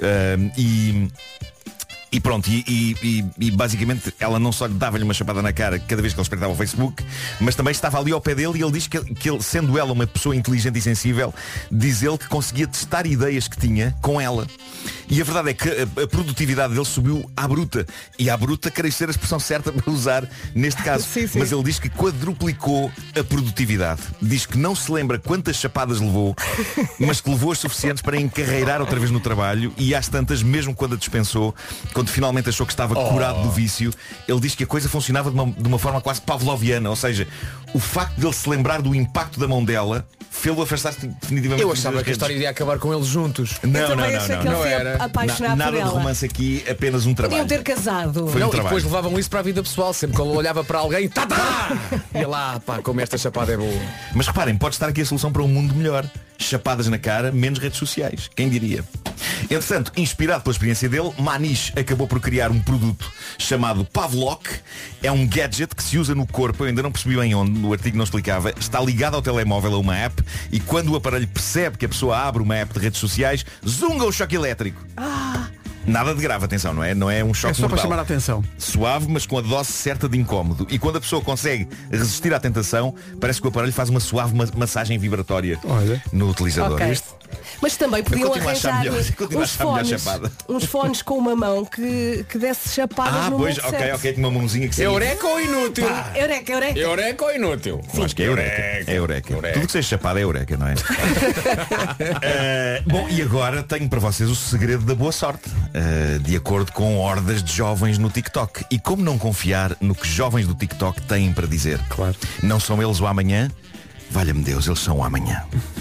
E pronto, e basicamente ela não só lhe dava-lhe uma chapada na cara cada vez que ele espreitava o Facebook, mas também estava ali ao pé dele e ele diz que ele, sendo ela uma pessoa inteligente e sensível, diz ele que conseguia testar ideias que tinha com ela. E a verdade é que a produtividade dele subiu à bruta. E à bruta queria ser a expressão certa para usar neste caso. Sim. Mas ele diz que quadruplicou a produtividade. Diz que não se lembra quantas chapadas levou, mas que levou as suficientes para encarreirar outra vez no trabalho. E às tantas, mesmo quando a dispensou, quando finalmente achou que estava curado do vício, ele diz que a coisa funcionava de uma forma quase pavloviana. Ou seja, o facto de ele se lembrar do impacto da mão dela fê-lo afastar-se definitivamente. Eu achava que a história iria acabar com eles juntos. Não era apaixonado nada por ela. De romance aqui, apenas um trabalho. Podiam ter casado. Foi um e trabalho. depois levavam isso para a vida pessoal. Sempre que ele olhava para alguém, e lá, pá, como esta chapada é boa. Mas reparem, pode estar aqui a solução para um mundo melhor. Chapadas na cara, menos redes sociais. Quem diria? Entretanto, inspirado pela experiência dele, Manish acabou por criar um produto chamado Pavlok. É um gadget que se usa no corpo. Eu ainda não percebi bem onde, no artigo não explicava. Está ligado ao telemóvel a uma app e quando o aparelho percebe que a pessoa abre uma app de redes sociais, zunga o choque elétrico. Nada de grave, atenção, não é? Não é um choque só mortal. para chamar a atenção. Suave, mas com a dose certa de incómodo. E quando a pessoa consegue resistir à tentação, parece que o aparelho faz uma suave massagem vibratória no utilizador. Okay. Mas também podiam arranjar uns fones com uma mão que desse chapadas no pois, momento certo. Ok, tinha uma mãozinha que seria... Eureka ou inútil? Eureka. Eureka ou inútil? Acho que é Eureka. Tudo que seja chapada é Eureka, não é? Bom, e agora tenho para vocês o segredo da boa sorte. De acordo com hordas de jovens no TikTok. E como não confiar no que jovens do TikTok têm para dizer? Claro. Não são eles o amanhã? Valha-me Deus, eles são o amanhã.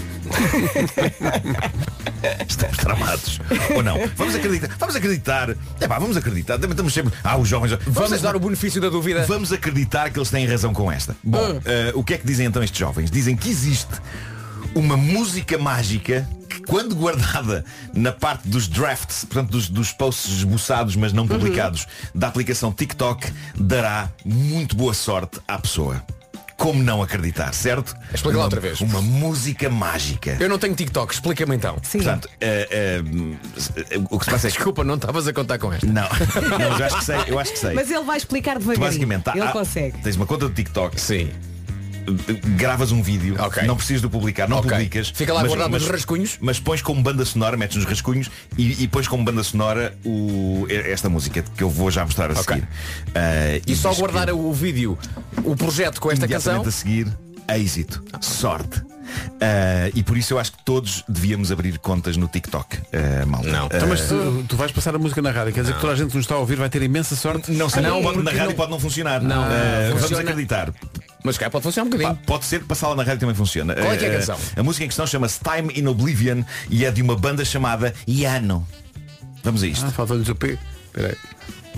Estamos tramados. Ou não? Vamos acreditar. Vamos acreditar. Estamos sempre. Os jovens. Vamos dar o benefício da dúvida. Vamos acreditar que eles têm razão com esta. Bom, o que é que dizem então estes jovens? Dizem que existe uma música mágica que, quando guardada na parte dos drafts, portanto dos posts esboçados mas não publicados da aplicação TikTok, dará muito boa sorte à pessoa. Como não acreditar, certo? Explica lá outra vez. Uma música mágica. Eu não tenho TikTok, explica-me então. Sim. Portanto, o que se passa é que... Desculpa, não estavas a contar com esta. Não, eu acho que sei. Mas ele vai explicar devagarinho. Basicamente, ele consegue. Tens uma conta de TikTok. Sim. Gravas um vídeo, não precisas de publicar, não publicas. Fica lá guardado nos rascunhos. Mas pões como banda sonora, metes nos rascunhos e pões como banda sonora esta música que eu vou já mostrar a seguir. E só guardar o vídeo, o projeto com esta canção. A seguir, êxito, sorte. E por isso eu acho que todos devíamos abrir contas no TikTok, malta. Não. Então, mas tu vais passar a música na rádio, quer dizer que toda a gente que nos está a ouvir vai ter imensa sorte. Não sei, na rádio pode não funcionar. Vamos acreditar. Mas cá pode funcionar um bocadinho. Pode ser que passá-la na rádio também funciona. Qual é que é a canção? A música em questão chama-se Time in Oblivion e é de uma banda chamada Yano. Vamos a isto. Falta-lhes o P. Espera aí.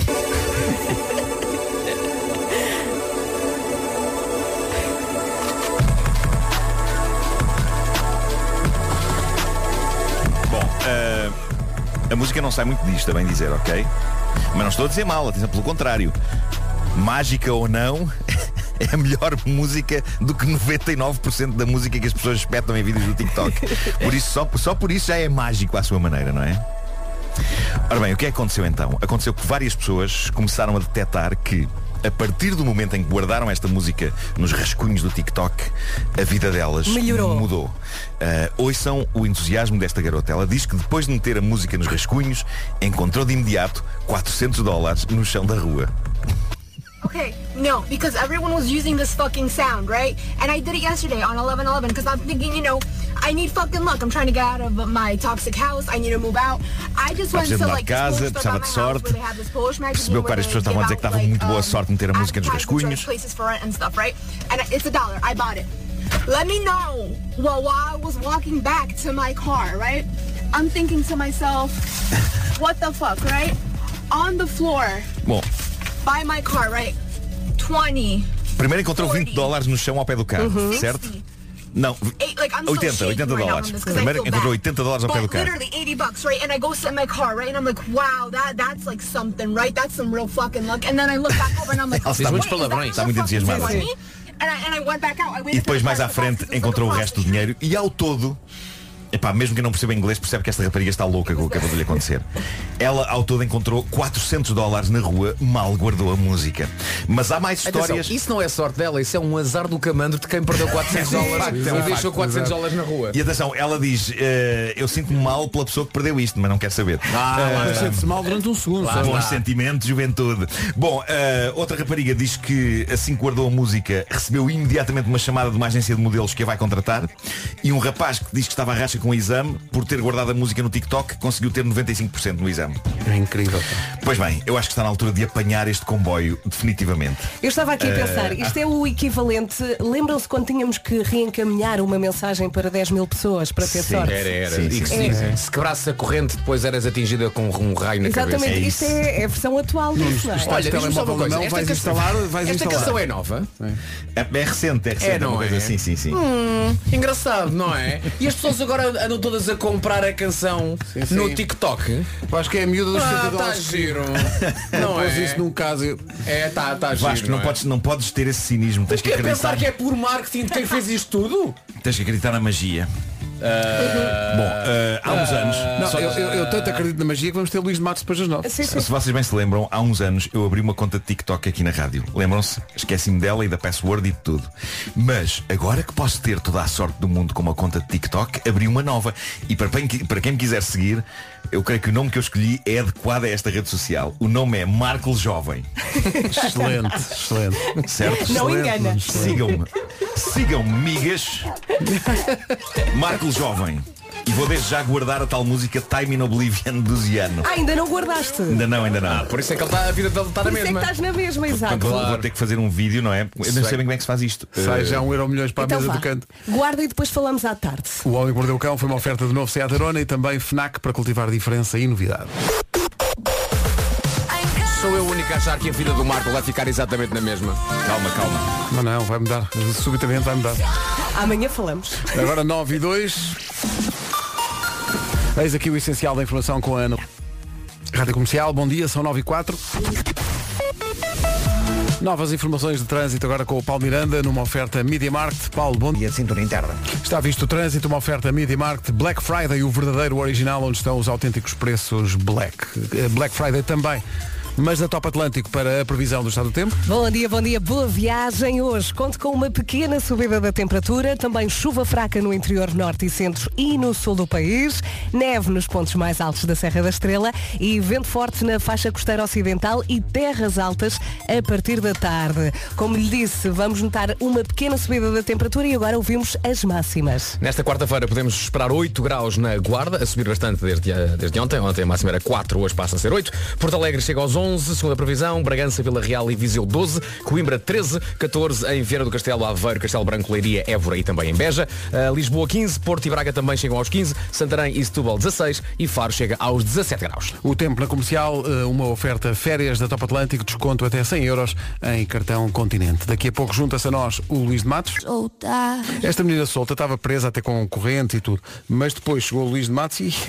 A música não sai muito disto, a bem dizer, ok? Mas não estou a dizer mal, atenção, pelo contrário. Mágica ou não, é a melhor música do que 99% da música que as pessoas espetam em vídeos do TikTok. Por isso, só por isso já é mágico à sua maneira, não é? Ora bem, o que é que aconteceu então? Aconteceu que várias pessoas começaram a detectar que, a partir do momento em que guardaram esta música nos rascunhos do TikTok, a vida delas mudou. Ouçam o entusiasmo desta garota. Ela diz que depois de meter a música nos rascunhos, encontrou de imediato $400 no chão da rua. Okay, no, because everyone was using this fucking sound, right? And I did it yesterday on 11/11 because I'm thinking, I need fucking luck. I'm trying to get out of my toxic house. I need to move out. I just went to like casa, precisava de sorte. Percebeu que várias pessoas estavam a dizer que estava muito boa sorte meter a música nos rascunhos. Places for rent and stuff, right? And it's $1. I bought it. Let me know. Well, while I was walking back to my car, right? I'm thinking to myself, what the fuck, right? On the floor. Bom. By my car, right? 20, Primeiro encontrou $20 no chão ao pé do carro, certo? Não, 80 dólares. Primeiro encontrou $80 ao pé do carro. Literally $80, right? And I go sit in my car, right? And I'm like, wow, that's like something, right? That's some real fucking luck. And then I look back over and I'm like, está muito entusiasmada. And I went back out. E depois mais à frente encontrou o resto do dinheiro e ao todo, epá, mesmo que eu não perceba inglês, percebe que esta rapariga está louca com o que acabou de lhe acontecer. Ela ao todo encontrou $400 na rua, mal guardou a música. Mas há mais histórias. Atenção, isso não é sorte dela, isso é um azar do camandro de quem perdeu $400 e deixou $400 na rua. E atenção, ela diz, eu sinto-me mal pela pessoa que perdeu isto, mas não quer saber. Sente-se mal durante um segundo. Bons sentimentos, juventude. Bom, outra rapariga diz que assim que guardou a música, recebeu imediatamente uma chamada de uma agência de modelos que a vai contratar. E um rapaz que diz que estava a racha com o exame, por ter guardado a música no TikTok, conseguiu ter 95% no exame. É incrível. Pois bem, eu acho que está na altura de apanhar este comboio definitivamente. Eu estava aqui a pensar, isto é o equivalente. Lembram-se quando tínhamos que reencaminhar uma mensagem para 10 mil pessoas para ter sorte? Era. Sim. Se quebrasse a corrente, depois eras atingida com um raio na cabeça. Exatamente, isto é a versão atual disso, não é? Olha, diz-me só uma coisa. Esta canção é nova? É recente, não uma coisa é? assim, sim. Engraçado, não é? E as pessoas agora andam todas a comprar a canção no TikTok. Eu acho que é a miúda dos $70. Tá giro. Não é? isso num caso. Tá Vasco, giro. Não podes ter esse cinismo. Tens que acreditar. Pensar que é por marketing de quem fez isto tudo? Tens que acreditar na magia. Há uns anos eu tanto acredito na magia que vamos ter Luís de Matos depois das 9. Sim. Se vocês bem se lembram, há uns anos eu abri uma conta de TikTok aqui na rádio. Lembram-se? Esqueci-me dela e da password e de tudo. Mas agora que posso ter toda a sorte do mundo com uma conta de TikTok, abri uma nova. E para quem me quiser seguir, eu creio que o nome que eu escolhi é adequado a esta rede social. O nome é Marco Jovem. Excelente. Certo? Não excelente. engana. Sigam-me, migas. Marco Jovem. E vou desde já guardar a tal música Time in Oblivion do Ziano. Ainda não guardaste? Ainda não. Por isso é que a vida dele está na mesma. Por isso é que estás na mesma, exato. Vou ter que fazer um vídeo, não é? Eu não sei bem como é que se faz isto. Sai já €1 para a mesa do canto. Guarda e depois falamos à tarde. O Homem que Mordeu o Cão foi uma oferta de novo Seat Arona e também FNAC para cultivar diferença e novidade. Sou eu o único a achar que a vida do Marco vai ficar exatamente na mesma. Calma. Não, vai mudar. Subitamente vai mudar. Amanhã falamos. Agora 9:02. Eis aqui o essencial da informação com a Ana. Rádio Comercial, bom dia, são 9:04. Novas informações de trânsito agora com o Paulo Miranda numa oferta Media Market. Paulo, bom dia. E a cintura interna. Está visto o trânsito, uma oferta Media Market. Black Friday, o verdadeiro original, onde estão os autênticos preços Black. Black Friday também. Mas na Top Atlântico para a previsão do estado do tempo. Bom dia, boa viagem. Hoje conto com uma pequena subida da temperatura, também chuva fraca no interior norte e centro e no sul do país, neve nos pontos mais altos da Serra da Estrela e vento forte na faixa costeira ocidental e terras altas a partir da tarde. Como lhe disse, vamos notar uma pequena subida da temperatura e agora ouvimos as máximas. Nesta quarta-feira podemos esperar 8 graus na Guarda, a subir bastante desde ontem. Ontem a máxima era 4, hoje passa a ser 8. Porto Alegre chega aos 11, segunda previsão, Bragança, Vila Real e Viseu 12, Coimbra 13, 14 em Viana do Castelo, Aveiro, Castelo Branco, Leiria, Évora e também em Beja, Lisboa 15, Porto e Braga também chegam aos 15, Santarém e Setúbal 16 e Faro chega aos 17 graus. O tempo na Comercial, uma oferta férias da Top Atlântico, desconto até €100 em cartão Continente. Daqui a pouco junta-se a nós o Luís de Matos. Esta menina solta estava presa até com correntes e tudo, mas depois chegou o Luís de Matos e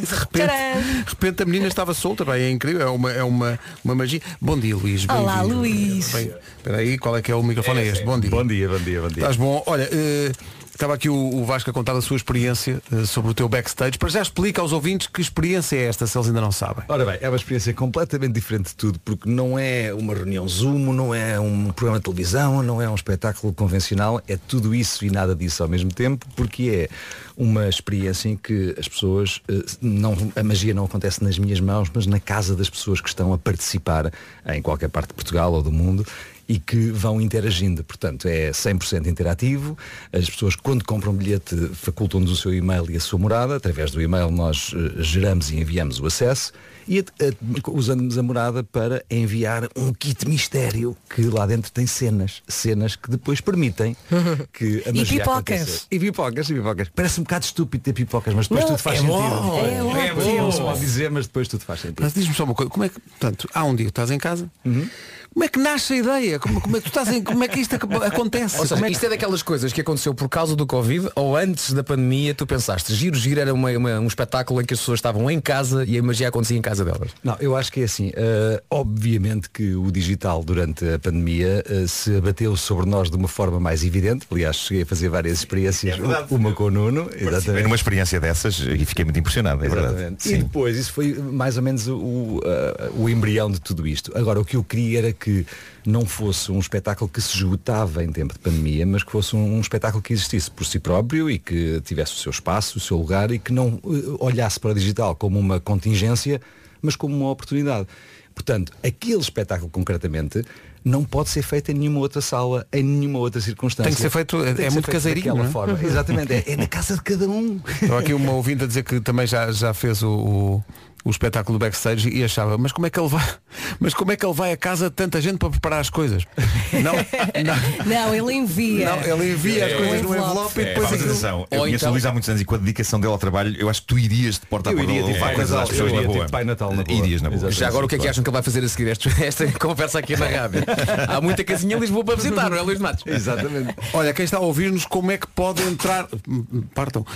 de repente a menina estava solta. Bem, é incrível, é uma magia. Bom dia, Luís. Olá, Luís. Espera aí, qual é que é o microfone? É este. Bom dia. Bom dia. Estás bom? Olha, estava aqui o Vasco a contar a sua experiência sobre o teu backstage. Para já explica aos ouvintes que experiência é esta, se eles ainda não sabem. Ora bem, é uma experiência completamente diferente de tudo, porque não é uma reunião Zoom, não é um programa de televisão, não é um espetáculo convencional, é tudo isso e nada disso ao mesmo tempo, porque é uma experiência em que as pessoas, a magia não acontece nas minhas mãos, mas na casa das pessoas que estão a participar em qualquer parte de Portugal ou do mundo e que vão interagindo. Portanto, é 100% interativo. As pessoas, quando compram um bilhete, facultam-nos o seu e-mail e a sua morada. Através do e-mail nós geramos e enviamos o acesso e usamos a morada para enviar um kit mistério que lá dentro tem cenas que depois permitem que a magia aconteça. E pipocas. Parece um bocado estúpido ter pipocas, mas depois tudo faz sentido. É bom. Não se pode dizer, mas depois tudo faz sentido. Mas diz-me só uma coisa, como é que, portanto, há um dia que estás em casa, Como é que nasce a ideia? Como é que tu estás como é que isto acontece? Ou seja, isto é daquelas coisas que aconteceu por causa do Covid ou antes da pandemia, tu pensaste, giro era um espetáculo em que as pessoas estavam em casa e a magia acontecia em casa delas. Não, eu acho que é assim, obviamente que o digital durante a pandemia se abateu sobre nós de uma forma mais evidente. Aliás, cheguei a fazer várias experiências, uma com o Nuno. Exatamente. Numa experiência dessas e fiquei muito impressionado, é verdade. E depois, isso foi mais ou menos o embrião de tudo isto. Agora, o que eu queria era que não fosse um espetáculo que se esgotava em tempo de pandemia, mas que fosse um espetáculo que existisse por si próprio e que tivesse o seu espaço, o seu lugar e que não olhasse para o digital como uma contingência, mas como uma oportunidade. Portanto, aquele espetáculo concretamente não pode ser feito em nenhuma outra sala, em nenhuma outra circunstância. Tem que ser feito, é muito caseirinho, daquela forma. Exatamente, é na casa de cada um. Estou aqui uma ouvinte a dizer que também já fez o espetáculo do backstage e achava, mas como é que ele vai a casa de tanta gente para preparar as coisas? Não, ele envia. Não, ele envia as coisas no envelope e depois atenção, eu conheço o Luís há muitos anos e com a dedicação dele ao trabalho, eu acho que tu irias de porta a porta levar coisas às pessoas na boa. Pai Natal na boa. Irias na boa. Já agora o que é que acham que ele vai fazer a seguir esta conversa aqui na rádio? Há muita casinha em Lisboa para visitar, não é, Luís Matos? Exatamente. Olha, quem está a ouvir-nos, como é que pode entrar? Partam.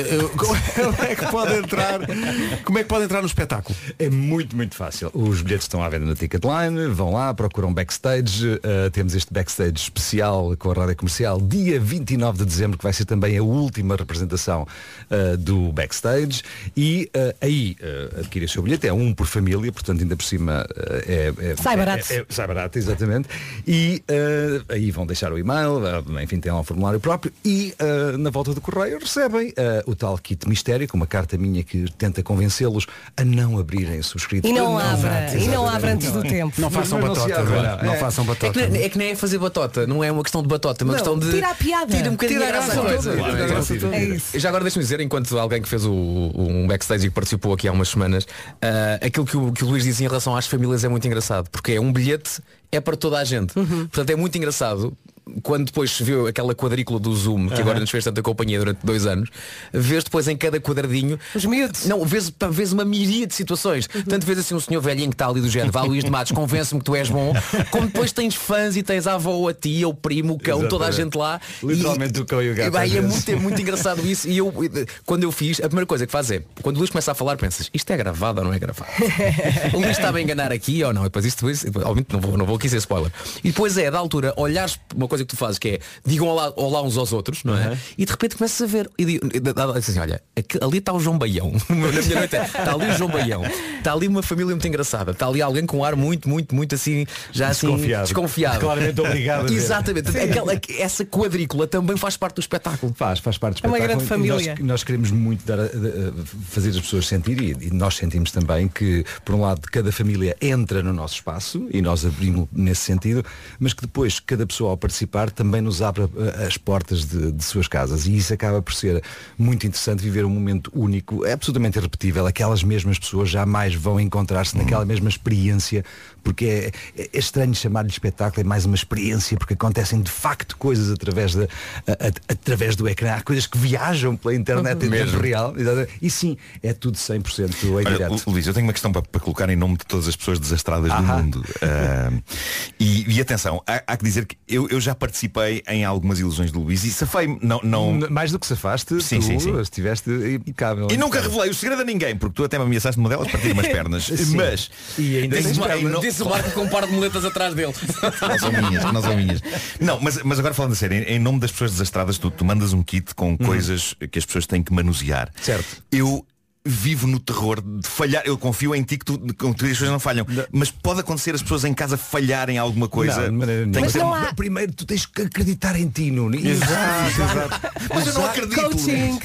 Como é que pode entrar no espetáculo? É muito, muito fácil. Os bilhetes estão à venda na Ticketline, vão lá, procuram backstage. Temos este backstage especial com a rádio comercial dia 29 de dezembro, que vai ser também a última representação do backstage. E aí adquire o seu bilhete, é um por família, portanto ainda por cima sai barato. Sai barato, exatamente. E aí vão deixar o e-mail, enfim, tem lá um formulário próprio e na volta do correio recebem o tal kit mistério, com uma carta minha que tenta convencê-los a não abrirem o subscrito. E não abra antes do tempo. Não façam batota. Não façam batota. É que nem é fazer batota, não é uma questão de batota, é uma questão de tira a piada. Tira um bocadinho a graça à coisa. É isso. Já agora deixa-me dizer, enquanto alguém que fez um backstage e que participou aqui há umas semanas, aquilo que o Luís dizia em relação às famílias é muito engraçado, porque é um bilhete, é para toda a gente. Portanto, é muito engraçado quando depois se viu aquela quadrícula do Zoom, que agora nos fez tanta companhia durante 2 anos, vês depois em cada quadradinho os miúdos. Não, vês uma miríade de situações. Tanto vês assim um senhor velhinho que está ali do género, vá Luís de Matos, convence-me que tu és bom, como depois tens fãs e tens a avó, a tia, o primo, o cão, toda a gente lá. Literalmente o cão e o gato. É muito engraçado isso. E eu, quando eu fiz, a primeira coisa que faz é, quando o Luís começa a falar, pensas, isto é gravado ou não é gravado? O Luís estava a enganar aqui ou não? E depois obviamente não vou aqui ser spoiler. E depois da altura, olhares uma coisa que tu fazes, que é digam olá uns aos outros, não é? E de repente começas a ver e assim, olha, ali está o João Baião. Na minha noite está ali o João Baião, está ali uma família muito engraçada, está ali alguém com um ar muito assim, já assim desconfiado. Claramente obrigado. Exatamente. Essa quadrícula também faz parte do espetáculo. Faz parte do espetáculo. É uma grande família. Nós queremos muito fazer as pessoas sentir, e nós sentimos também que, por um lado, cada família entra no nosso espaço e nós abrimos nesse sentido, mas que depois cada pessoa ao participar também nos abre as portas de suas casas, e isso acaba por ser muito interessante, viver um momento único, é absolutamente irrepetível. Aquelas mesmas pessoas jamais vão encontrar-se naquela mesma experiência, porque é estranho chamar-lhe espetáculo, é mais uma experiência, porque acontecem de facto coisas através do ecrã, há coisas que viajam pela internet em tempo real, e sim, é tudo 100% em direto. Luís, eu tenho uma questão para colocar em nome de todas as pessoas desastradas do mundo. E atenção, há que dizer que eu já participei em algumas ilusões de Luís e safei-me. Não... Mais do que safaste, sim. Estiveste impecável. E nunca revelei o segredo a ninguém, porque tu até me ameaçaste de uma delas partir umas pernas. Mas e ainda disse o Marco com um par de moletas atrás dele. Não são minhas. Não, mas agora falando a sério, em nome das pessoas desastradas, tu mandas um kit com coisas que as pessoas têm que manusear. Certo. Eu vivo no terror de falhar. Eu confio em ti que tu as coisas não falham. Mas pode acontecer as pessoas em casa falharem em alguma coisa. Mas não há... Primeiro tu tens que acreditar em ti, Nuno. Exato. Mas eu não acredito. Coaching.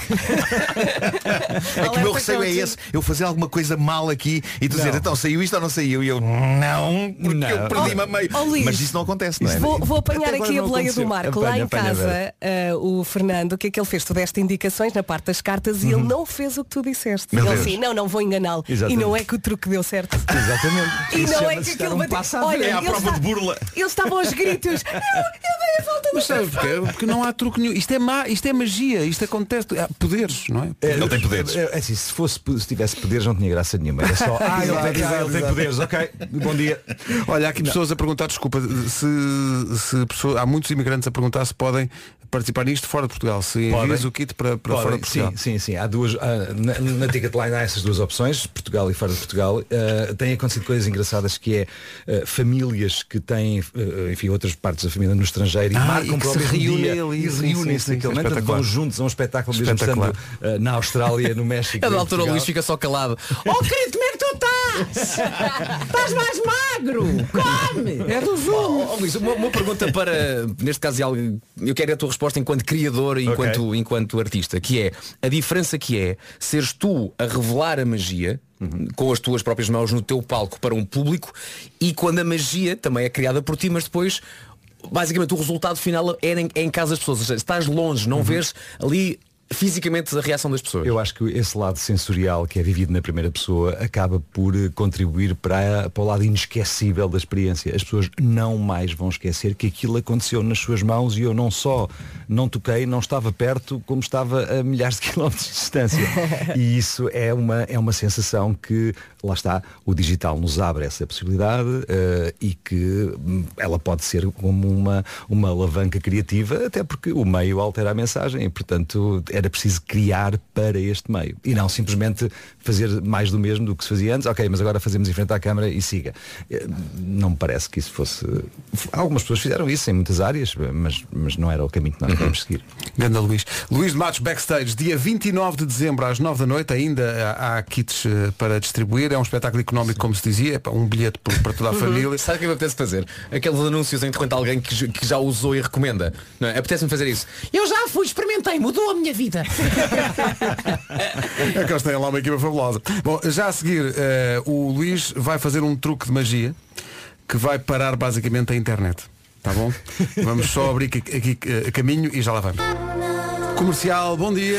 É que o meu receio é esse. Eu fazer alguma coisa mal aqui e tu dizer, então saiu isto ou não saiu? E eu, não, porque eu perdi-me a meio. Mas isso não acontece, não é? Vou apanhar aqui a boleia do Marco. Lá em casa, o Fernando, o que é que ele fez? Tu deste indicações na parte das cartas e ele não fez o que tu disseste. gostaste? Meu Ele Deus. assim, não vou enganá-lo. E Exatamente. não é que o truque deu certo. Exatamente. E Isso não é chama-se que aquilo dar um passo à Olha, frente. É a prova de burla. Eles estavam aos gritos. Eu dei a volta Mas sabe porquê? Porque não há truque nenhum. Isto é magia, isto acontece. Há poderes, não é? Ele tem poderes. É assim, se tivesse poderes não tinha graça nenhuma. Era só, ele tem poderes, ok. Bom dia. Olha, há aqui pessoas a perguntar, desculpa, há muitos imigrantes a perguntar se podem participar nisto fora de Portugal, se envias o kit para fora de Portugal. Sim. Há duas, na Ticketline há essas duas opções, Portugal e fora de Portugal. Têm acontecido coisas engraçadas que é famílias que têm, enfim, outras partes da família no estrangeiro e marcam para o mesmo dia e reúnem-se naquele momento, vão juntos a um espetáculo mesmo estando na Austrália, no México. A da altura o Luís fica só calado. Querido, como é que tu estás? Estás mais magro? Come! É do Zoom! Luís, uma pergunta para, neste caso, eu quero a tua resposta enquanto criador e enquanto artista, que é a diferença que é seres tu a revelar a magia com as tuas próprias mãos no teu palco para um público e quando a magia também é criada por ti, mas depois basicamente o resultado final é em casa das pessoas. Ou seja, estás longe, não vês ali fisicamente a reação das pessoas. Eu acho que esse lado sensorial que é vivido na primeira pessoa acaba por contribuir para o lado inesquecível da experiência. As pessoas não mais vão esquecer que aquilo aconteceu nas suas mãos e eu não só não toquei, não estava perto, como estava a milhares de quilómetros de distância. E isso é uma sensação que, lá está, o digital nos abre essa possibilidade e que ela pode ser como uma alavanca criativa, até porque o meio altera a mensagem e, portanto, era preciso criar para este meio e não simplesmente fazer mais do mesmo do que se fazia antes. Ok, mas agora fazemos em frente à câmara e siga. Não me parece que isso fosse... Algumas pessoas fizeram isso em muitas áreas, mas não era o caminho que nós devemos seguir. Ganda Luís de Matos Backstage, dia 29 de dezembro às 9 da noite, ainda há kits para distribuir, é um espetáculo económico, como se dizia, é um bilhete para toda a família. Sabe o que me apetece fazer? Aqueles anúncios em que de alguém que já usou e recomenda, não é? Apetece-me fazer isso. Eu já fui, experimentei, mudou a minha vida. É que eles têm lá uma equipa fabulosa. Bom, já a seguir o Luís vai fazer um truque de magia que vai parar basicamente a internet. Tá bom? Vamos só abrir aqui caminho e já lá vamos. Comercial, bom dia.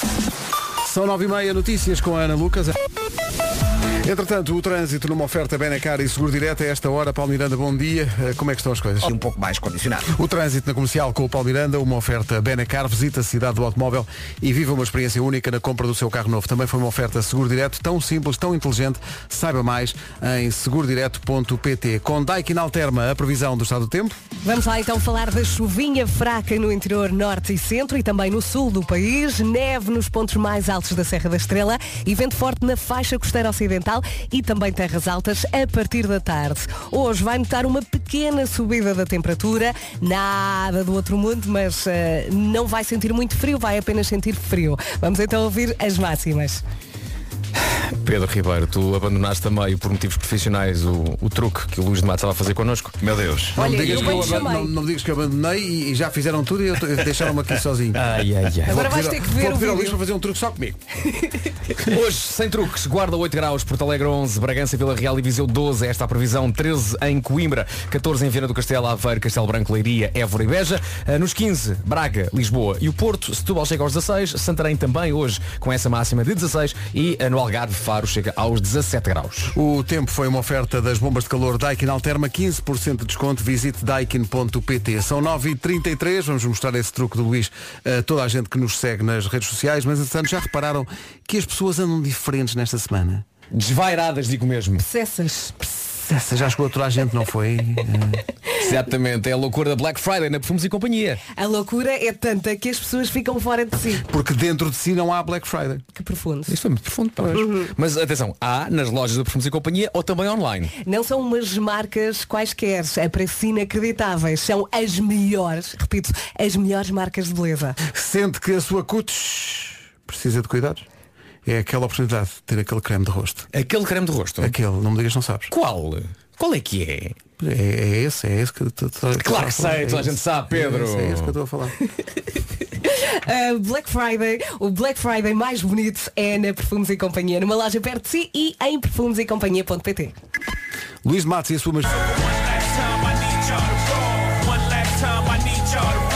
São 9h30, notícias com a Ana Lucas. Entretanto, o trânsito numa oferta Benacar e Seguro Direto a esta hora. Paulo Miranda, bom dia. Como é que estão as coisas? Um pouco mais condicionado. O trânsito na comercial com o Paulo Miranda, uma oferta Benacar, visita a cidade do automóvel e viva uma experiência única na compra do seu carro novo. Também foi uma oferta Seguro Direto, tão simples, tão inteligente. Saiba mais em segurodireto.pt. Com Daikin Alterma, a previsão do estado do tempo. Vamos lá então falar da chuvinha fraca no interior norte e centro e também no sul do país. Neve nos pontos mais altos da Serra da Estrela e vento forte na faixa costeira ocidental e também terras altas a partir da tarde. Hoje vai notar uma pequena subida da temperatura, nada do outro mundo, mas não vai sentir muito frio, vai apenas sentir frio. Vamos então ouvir as máximas. Pedro Ribeiro, tu abandonaste a meio por motivos profissionais o truque que o Luís de Matos estava a fazer connosco. Meu Deus. Olha, não me digas que eu abandonei e já fizeram tudo e deixaram-me aqui sozinho. Agora vais ter que ver o Luís para fazer um truque só comigo. Hoje, sem truques, Guarda 8 graus, Porto Alegre 11, Bragança, Vila Real e Viseu 12, esta é a previsão, 13 em Coimbra, 14 em Viana do Castelo, Aveiro, Castelo Branco, Leiria, Évora e Beja, nos 15, Braga, Lisboa e o Porto, Setúbal chega aos 16, Santarém também hoje com essa máxima de 16 e no Algarve, Faro chega aos 17 graus. O tempo foi uma oferta das bombas de calor Daikin Alterma, 15% de desconto, visite daikin.pt. São 9h33, vamos mostrar esse truque do Luís a toda a gente que nos segue nas redes sociais, mas entretanto já repararam que as pessoas andam diferentes nesta semana? Desvairadas, digo mesmo. Processas. Já chegou a toda a gente, não foi? Exatamente, é a loucura da Black Friday na Perfumes e Companhia. A loucura é tanta que as pessoas ficam fora de si. Porque dentro de si não há Black Friday. Que profundo. Isso foi muito profundo. Mas atenção, há nas lojas da Perfumes e Companhia ou também online. Não são umas marcas quaisquer, a preços inacreditáveis. São as melhores, repito, as melhores marcas de beleza. Sente que a sua cutis precisa de cuidados? É aquela oportunidade de ter aquele creme de rosto. Aquele creme de rosto? Aquele, não me digas, não sabes. Qual? Qual é que é? É esse que claro que sei, toda a gente sabe, Pedro. É esse que eu estou a falar. Black Friday, o Black Friday mais bonito é na Perfumes e Companhia, numa loja perto de si e em perfumesecompanhia.pt. Luís de Matos e a sua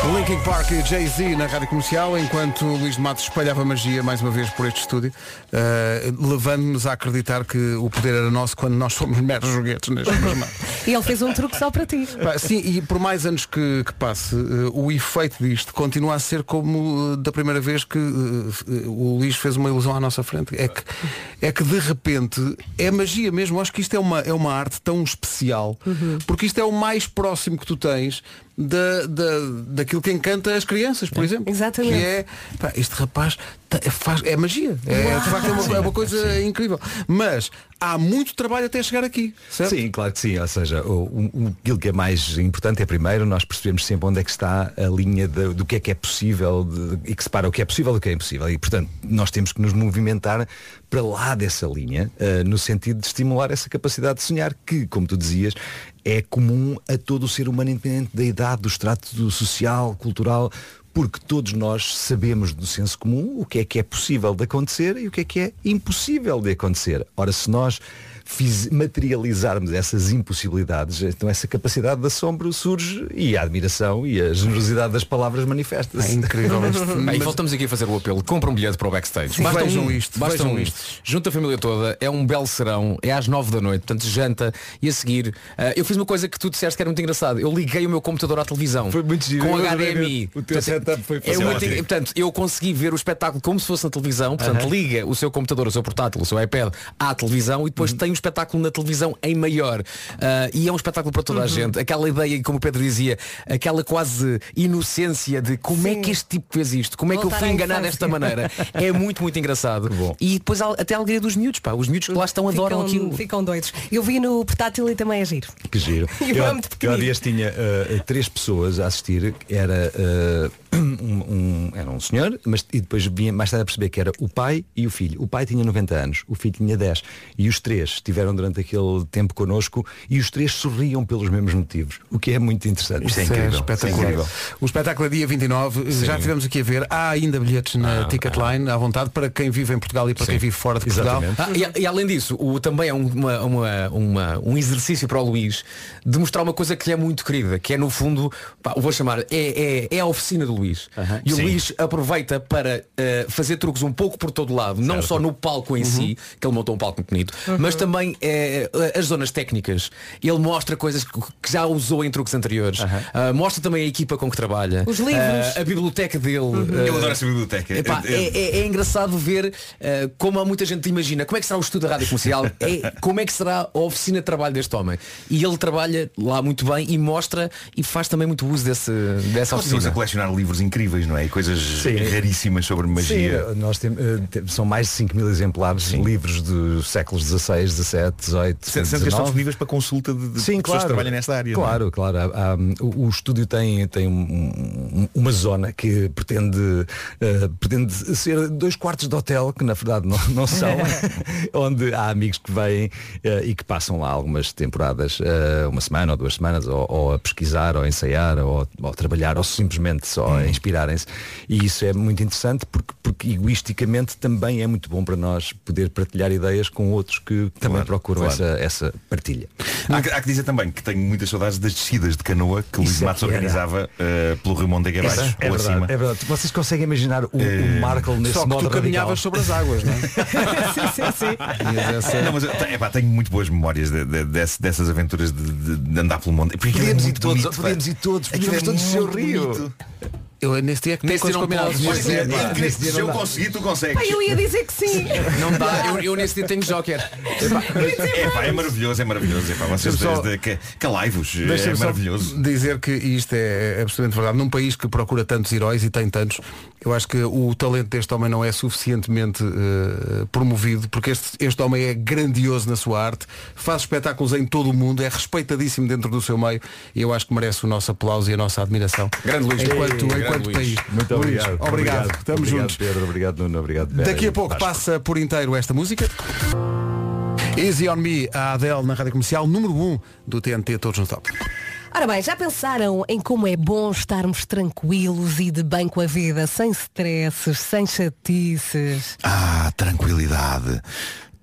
Linkin Park e Jay-Z na Rádio Comercial, enquanto o Luís de Matos espalhava magia mais uma vez por este estúdio, levando-nos a acreditar que o poder era nosso quando nós somos meros joguetes nas suas mãos. E ele fez um truque só para ti. Sim, e por mais anos que passe, o efeito disto continua a ser como da primeira vez que o Luís fez uma ilusão à nossa frente. É que de repente é magia mesmo. Acho que isto é uma arte tão especial, porque isto é o mais próximo que tu tens daquilo que encanta as crianças, por exemplo. Exatamente. Que é, este rapaz é magia. De facto é uma coisa incrível. Mas há muito trabalho até chegar aqui, certo? Sim, claro que sim. Ou seja, aquilo que é mais importante é primeiro nós percebemos sempre onde é que está a linha do que é possível e que separa o que é possível do que é impossível. E portanto nós temos que nos movimentar para lá dessa linha, no sentido de estimular essa capacidade de sonhar que, como tu dizias, é comum a todo o ser humano, independente da idade, do estrato social, cultural, porque todos nós sabemos do senso comum o que é possível de acontecer e o que é impossível de acontecer. Ora, se nós materializarmos essas impossibilidades, então essa capacidade de assombro surge e a admiração e a generosidade das palavras manifesta-se. É incrível. E voltamos aqui a fazer o apelo. Compra um bilhete para o backstage. Sim, vejam isto. Junta a família toda, é um belo serão, é às 9 da noite, portanto janta e a seguir. Eu fiz uma coisa que tu disseste que era muito engraçado. Eu liguei o meu computador à televisão. Foi muito giro. Com HDMI. O teu setup foi portanto, eu consegui ver o espetáculo como se fosse na televisão. Portanto, liga o seu computador, o seu portátil, o seu iPad à televisão e depois tem um espetáculo na televisão em maior. E é um espetáculo para toda a gente. Aquela ideia, como o Pedro dizia, aquela quase inocência de como é que este tipo fez isto, como é que eu fui enganado desta maneira. É muito, muito engraçado. E depois até a alegria dos miúdos, pá. Os miúdos que lá estão adoram aquilo. Ficam doidos. Eu vi no portátil e também é giro. Que giro. Eu há dias tinha 3 pessoas a assistir. Era um senhor, e depois vinha mais tarde a perceber que era o pai e o filho. O pai tinha 90 anos, o filho tinha 10. E os 3 estiveram durante aquele tempo connosco e os 3 sorriam pelos mesmos motivos. O que é muito interessante. Isso é incrível. Espetacular. O espetáculo é dia 29. Sim. Já tivemos aqui a ver. Há ainda bilhetes na Ticketline à vontade para quem vive em Portugal e para quem vive fora de Portugal. E além disso, também é um exercício para o Luís de mostrar uma coisa que lhe é muito querida, que é no fundo, vou chamar, é a oficina do Luís. E o Luís aproveita para fazer truques um pouco por todo lado, não só no palco em si, que ele montou um palco muito bonito, mas também as zonas técnicas. Ele mostra coisas que já usou em truques anteriores. Mostra também a equipa com que trabalha. Os livros. A biblioteca dele. Eu adoro essa biblioteca. É engraçado ver como há muita gente imagina como é que será o estudo da rádio comercial, como é que será a oficina de trabalho deste homem. E ele trabalha lá muito bem e mostra e faz também muito uso dessa oficina. A colecionar livros incríveis, não é? E coisas raríssimas sobre magia. Sim, nós são mais de 5.000 exemplares de livros dos séculos XVI, XVII, XVIII, Sendo que estão disponíveis para consulta de pessoas que trabalham nesta área. Claro, claro. O estúdio tem uma zona que pretende ser 2 quartos de hotel, que na verdade não são, onde há amigos que vêm e que passam lá algumas temporadas, uma semana ou 2 semanas, ou a pesquisar, ou a ensaiar, ou a trabalhar, ou simplesmente só a inspirarem-se. E isso é muito interessante porque egoisticamente também é muito bom para nós poder partilhar ideias com outros que também procuram essa partilha. Há que dizer também que tenho muitas saudades das descidas de canoa que o Luís Matos organizava pelo Rio Mondego abaixo ou acima. É verdade. Vocês conseguem imaginar o Markle nesse só que modo tu caminhavas sobre as águas, não é? sim. Não, mas tenho muito boas memórias dessas aventuras de andar pelo mundo. Podíamos ir todos, podíamos todos ser o Rio. Eu nesse dia que tem coisas combinadas. Se eu conseguir, tu consegues. Eu ia dizer que sim. Não dá, eu nesse dia tenho Joker. É maravilhoso. Vocês calai-vos. É maravilhoso. Dizer que isto é absolutamente verdade. Num país que procura tantos heróis e tem tantos, eu acho que o talento deste homem não é suficientemente promovido, porque este homem é grandioso na sua arte, faz espetáculos em todo o mundo, é respeitadíssimo dentro do seu meio e eu acho que merece o nosso aplauso e a nossa admiração. Grande Luís. Enquanto país. Muito obrigado. Obrigado. Estamos juntos. Pedro, obrigado Nuno, obrigado Vera. Daqui a pouco passa por inteiro esta música. Easy on Me, a Adele na Rádio Comercial, número 1 do TNT, todos no top. Ora bem, já pensaram em como é bom estarmos tranquilos e de bem com a vida, sem stresses, sem chatices? Tranquilidade.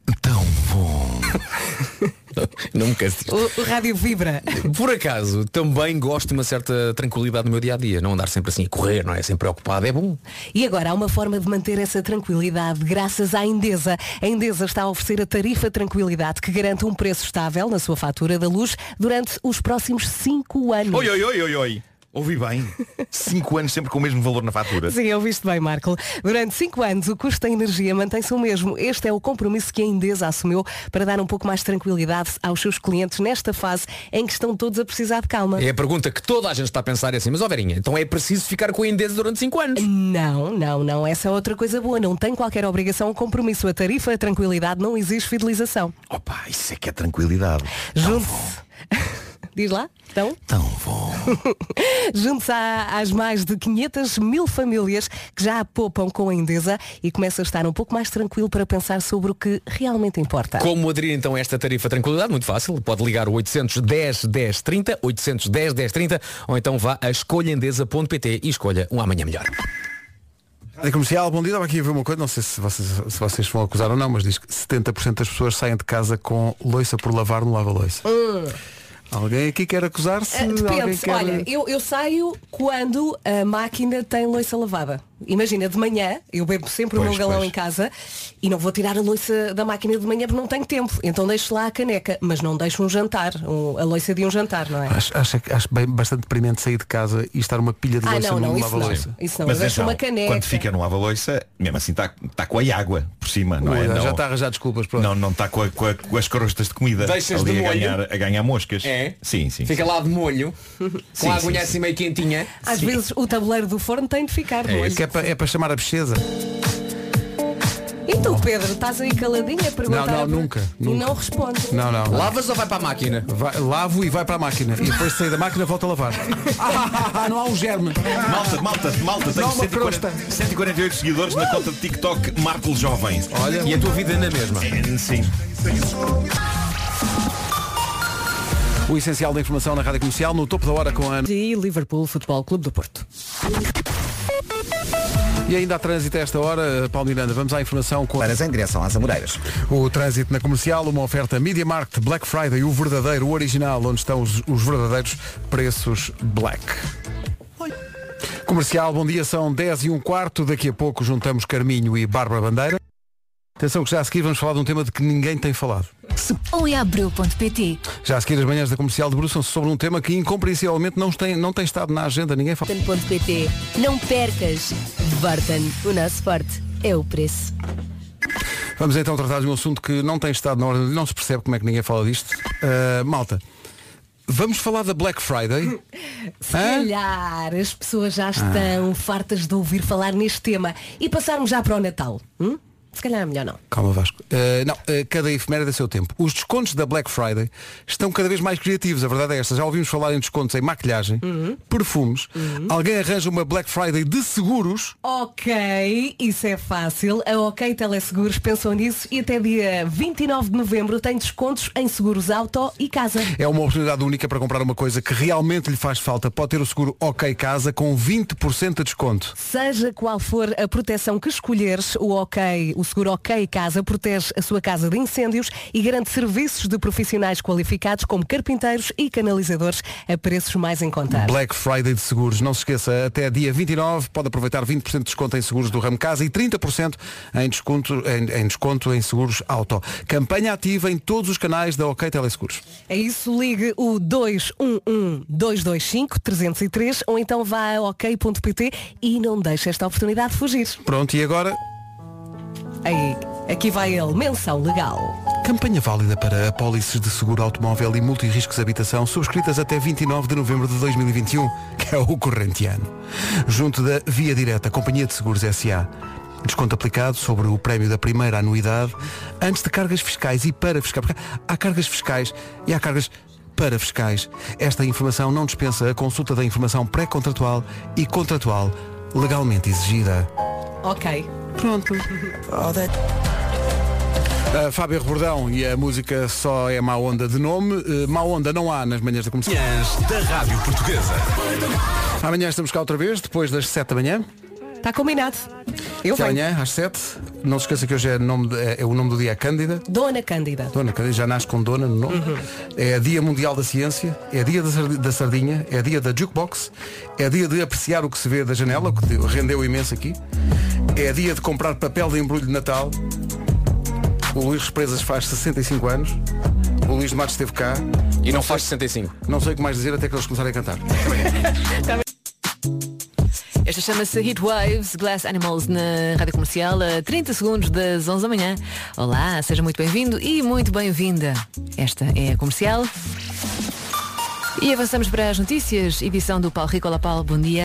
Tão bom. Não me canso disto. O rádio vibra. Por acaso, também gosto de uma certa tranquilidade no meu dia-a-dia. Não andar sempre assim a correr, não é? Sempre preocupado, é bom. E agora há uma forma de manter essa tranquilidade graças à Endesa. A Endesa está a oferecer a tarifa Tranquilidade que garante um preço estável na sua fatura da luz durante os próximos 5 anos. Oi. Ouvi bem. 5 anos sempre com o mesmo valor na fatura. Sim, ouviste bem, Marco. Durante 5 anos o custo da energia mantém-se o mesmo. Este é o compromisso que a Endesa assumiu para dar um pouco mais de tranquilidade aos seus clientes nesta fase em que estão todos a precisar de calma. É a pergunta que toda a gente está a pensar assim, mas ó Verinha, então é preciso ficar com a Endesa durante 5 anos? Não. Essa é outra coisa boa. Não tem qualquer obrigação ou compromisso. A tarifa, a tranquilidade, não exige fidelização. Opa, isso é que é tranquilidade. Junte-se. Diz lá, então? Tão bom. Junte-se às mais de 500 mil famílias que já poupam com a Endesa e começa a estar um pouco mais tranquilo para pensar sobre o que realmente importa. Como aderir então a esta tarifa Tranquilidade? Muito fácil. Pode ligar o 810 1030, 810 1030 ou então vá a escolhaendesa.pt e escolha um amanhã melhor. Rádio Comercial, bom dia. Estava aqui a ver uma coisa, não sei se vocês vão acusar ou não, mas diz que 70% das pessoas saem de casa com louça por lavar no lava-louça. Alguém aqui quer acusar-se? Depende. Olha, eu saio quando a máquina tem louça lavada. Imagina, de manhã, eu bebo sempre o meu galão em casa e não vou tirar a louça da máquina de manhã porque não tenho tempo. Então deixo lá a caneca, mas não deixo um jantar, a louça de um jantar, não é? Acho bastante deprimente sair de casa e estar uma pilha de louça no lava-louça. Isso não, mas deixo então, uma caneca. quando fica no lava-louça, mesmo assim está com a água por cima, não é? Já está a arranjar desculpas. Pronto. Não está com as crostas de comida. Deixas ali de molho a ganhar moscas. É? Sim. Fica lá de molho, com a aguinha assim meio quentinha. Às vezes o tabuleiro do forno tem de ficar de molho. É para chamar a bicheza. E tu, Pedro, estás aí caladinho a perguntar? Não, nunca. E não respondes. Não. Lavas ou vai para a máquina? Lavo e vai para a máquina. E depois de sair da máquina volto a lavar. Não há um germe. Malta, tenho 148 seguidores na conta de TikTok Marco Jovem. Olha, e a tua vida na mesma? Sim. O essencial da informação na Rádio Comercial, no topo da hora com a Ana. E Liverpool Futebol Clube do Porto. E ainda há trânsito a esta hora, Paulo Miranda, vamos à informação com... Em direção às Amoreiras. O trânsito na Comercial, uma oferta Media Market, Black Friday, o verdadeiro, o original, onde estão os verdadeiros preços Black. Comercial, bom dia, são 10h15, daqui a pouco juntamos Carminho e Bárbara Bandeira. Atenção que já a seguir vamos falar de um tema de que ninguém tem falado. Ou é abreu.pt. Já a seguir as manhãs da Comercial debruçam-se sobre um tema que incompreensivelmente não tem estado na agenda, ninguém fala. Vorten.pt. Não percas. Vorten, o nosso forte é o preço. Vamos então tratar de um assunto que não tem estado na ordem, não se percebe como é que ninguém fala disto. Malta, vamos falar da Black Friday? Se calhar as pessoas já estão fartas de ouvir falar neste tema e passarmos já para o Natal. Se calhar é melhor não. Calma, Vasco. Cada efeméride a seu tempo. Os descontos da Black Friday estão cada vez mais criativos, a verdade é esta. Já ouvimos falar em descontos em maquilhagem, perfumes. Alguém arranja uma Black Friday de seguros. Ok, isso é fácil. A OK Teleseguros pensou nisso e até dia 29 de novembro tem descontos em seguros auto e casa. É uma oportunidade única para comprar uma coisa que realmente lhe faz falta. Pode ter o seguro OK Casa com 20% de desconto. Seja qual for a proteção que escolheres, o seguro OK Casa protege a sua casa de incêndios e garante serviços de profissionais qualificados como carpinteiros e canalizadores a preços mais em conta. Black Friday de seguros. Não se esqueça, até dia 29 pode aproveitar 20% de desconto em seguros do ramo casa e 30% em desconto em seguros auto. Campanha ativa em todos os canais da OK Teleseguros. É isso, ligue o 211-225-303 ou então vá a ok.pt e não deixe esta oportunidade de fugir. Pronto, e agora? Aí, aqui vai ele, menção legal. Campanha válida para apólices de seguro automóvel e multirriscos de habitação subscritas até 29 de novembro de 2021, que é o corrente ano. Junto da Via Direta, Companhia de Seguros S.A. Desconto aplicado sobre o prémio da primeira anuidade antes de cargas fiscais e para fiscais. Porque há cargas fiscais e há cargas para fiscais. Esta informação não dispensa a consulta da informação pré-contratual e contratual legalmente exigida. Ok. Pronto. A Fábio Rebordão e a música só é Má Onda de nome. Má Onda não há nas manhãs da Comercial. Manhãs da Rádio Portuguesa. Amanhã estamos cá outra vez, depois das 7 da manhã. Está combinado. Eu Até venho. amanhã, às 7. Não se esqueça que hoje é o nome do dia é Cândida. Dona Cândida. Dona Cândida, já nasce com Dona no nome. É Dia Mundial da Ciência, é Dia da Sardinha, é Dia da Jukebox, é Dia de apreciar o que se vê da janela, o que rendeu imenso aqui. É Dia de comprar papel de embrulho de Natal. O Luís Represas faz 65 anos. O Luís de Matos esteve cá. E não faz 65. Não sei o que mais dizer até que eles começarem a cantar. Esta chama-se Heat Waves, Glass Animals na Rádio Comercial, a 30 segundos das 11 da manhã. Olá, seja muito bem-vindo e muito bem-vinda. Esta é a Comercial. E avançamos para as notícias, edição do Paulo Rico. Olá, Paulo, bom dia.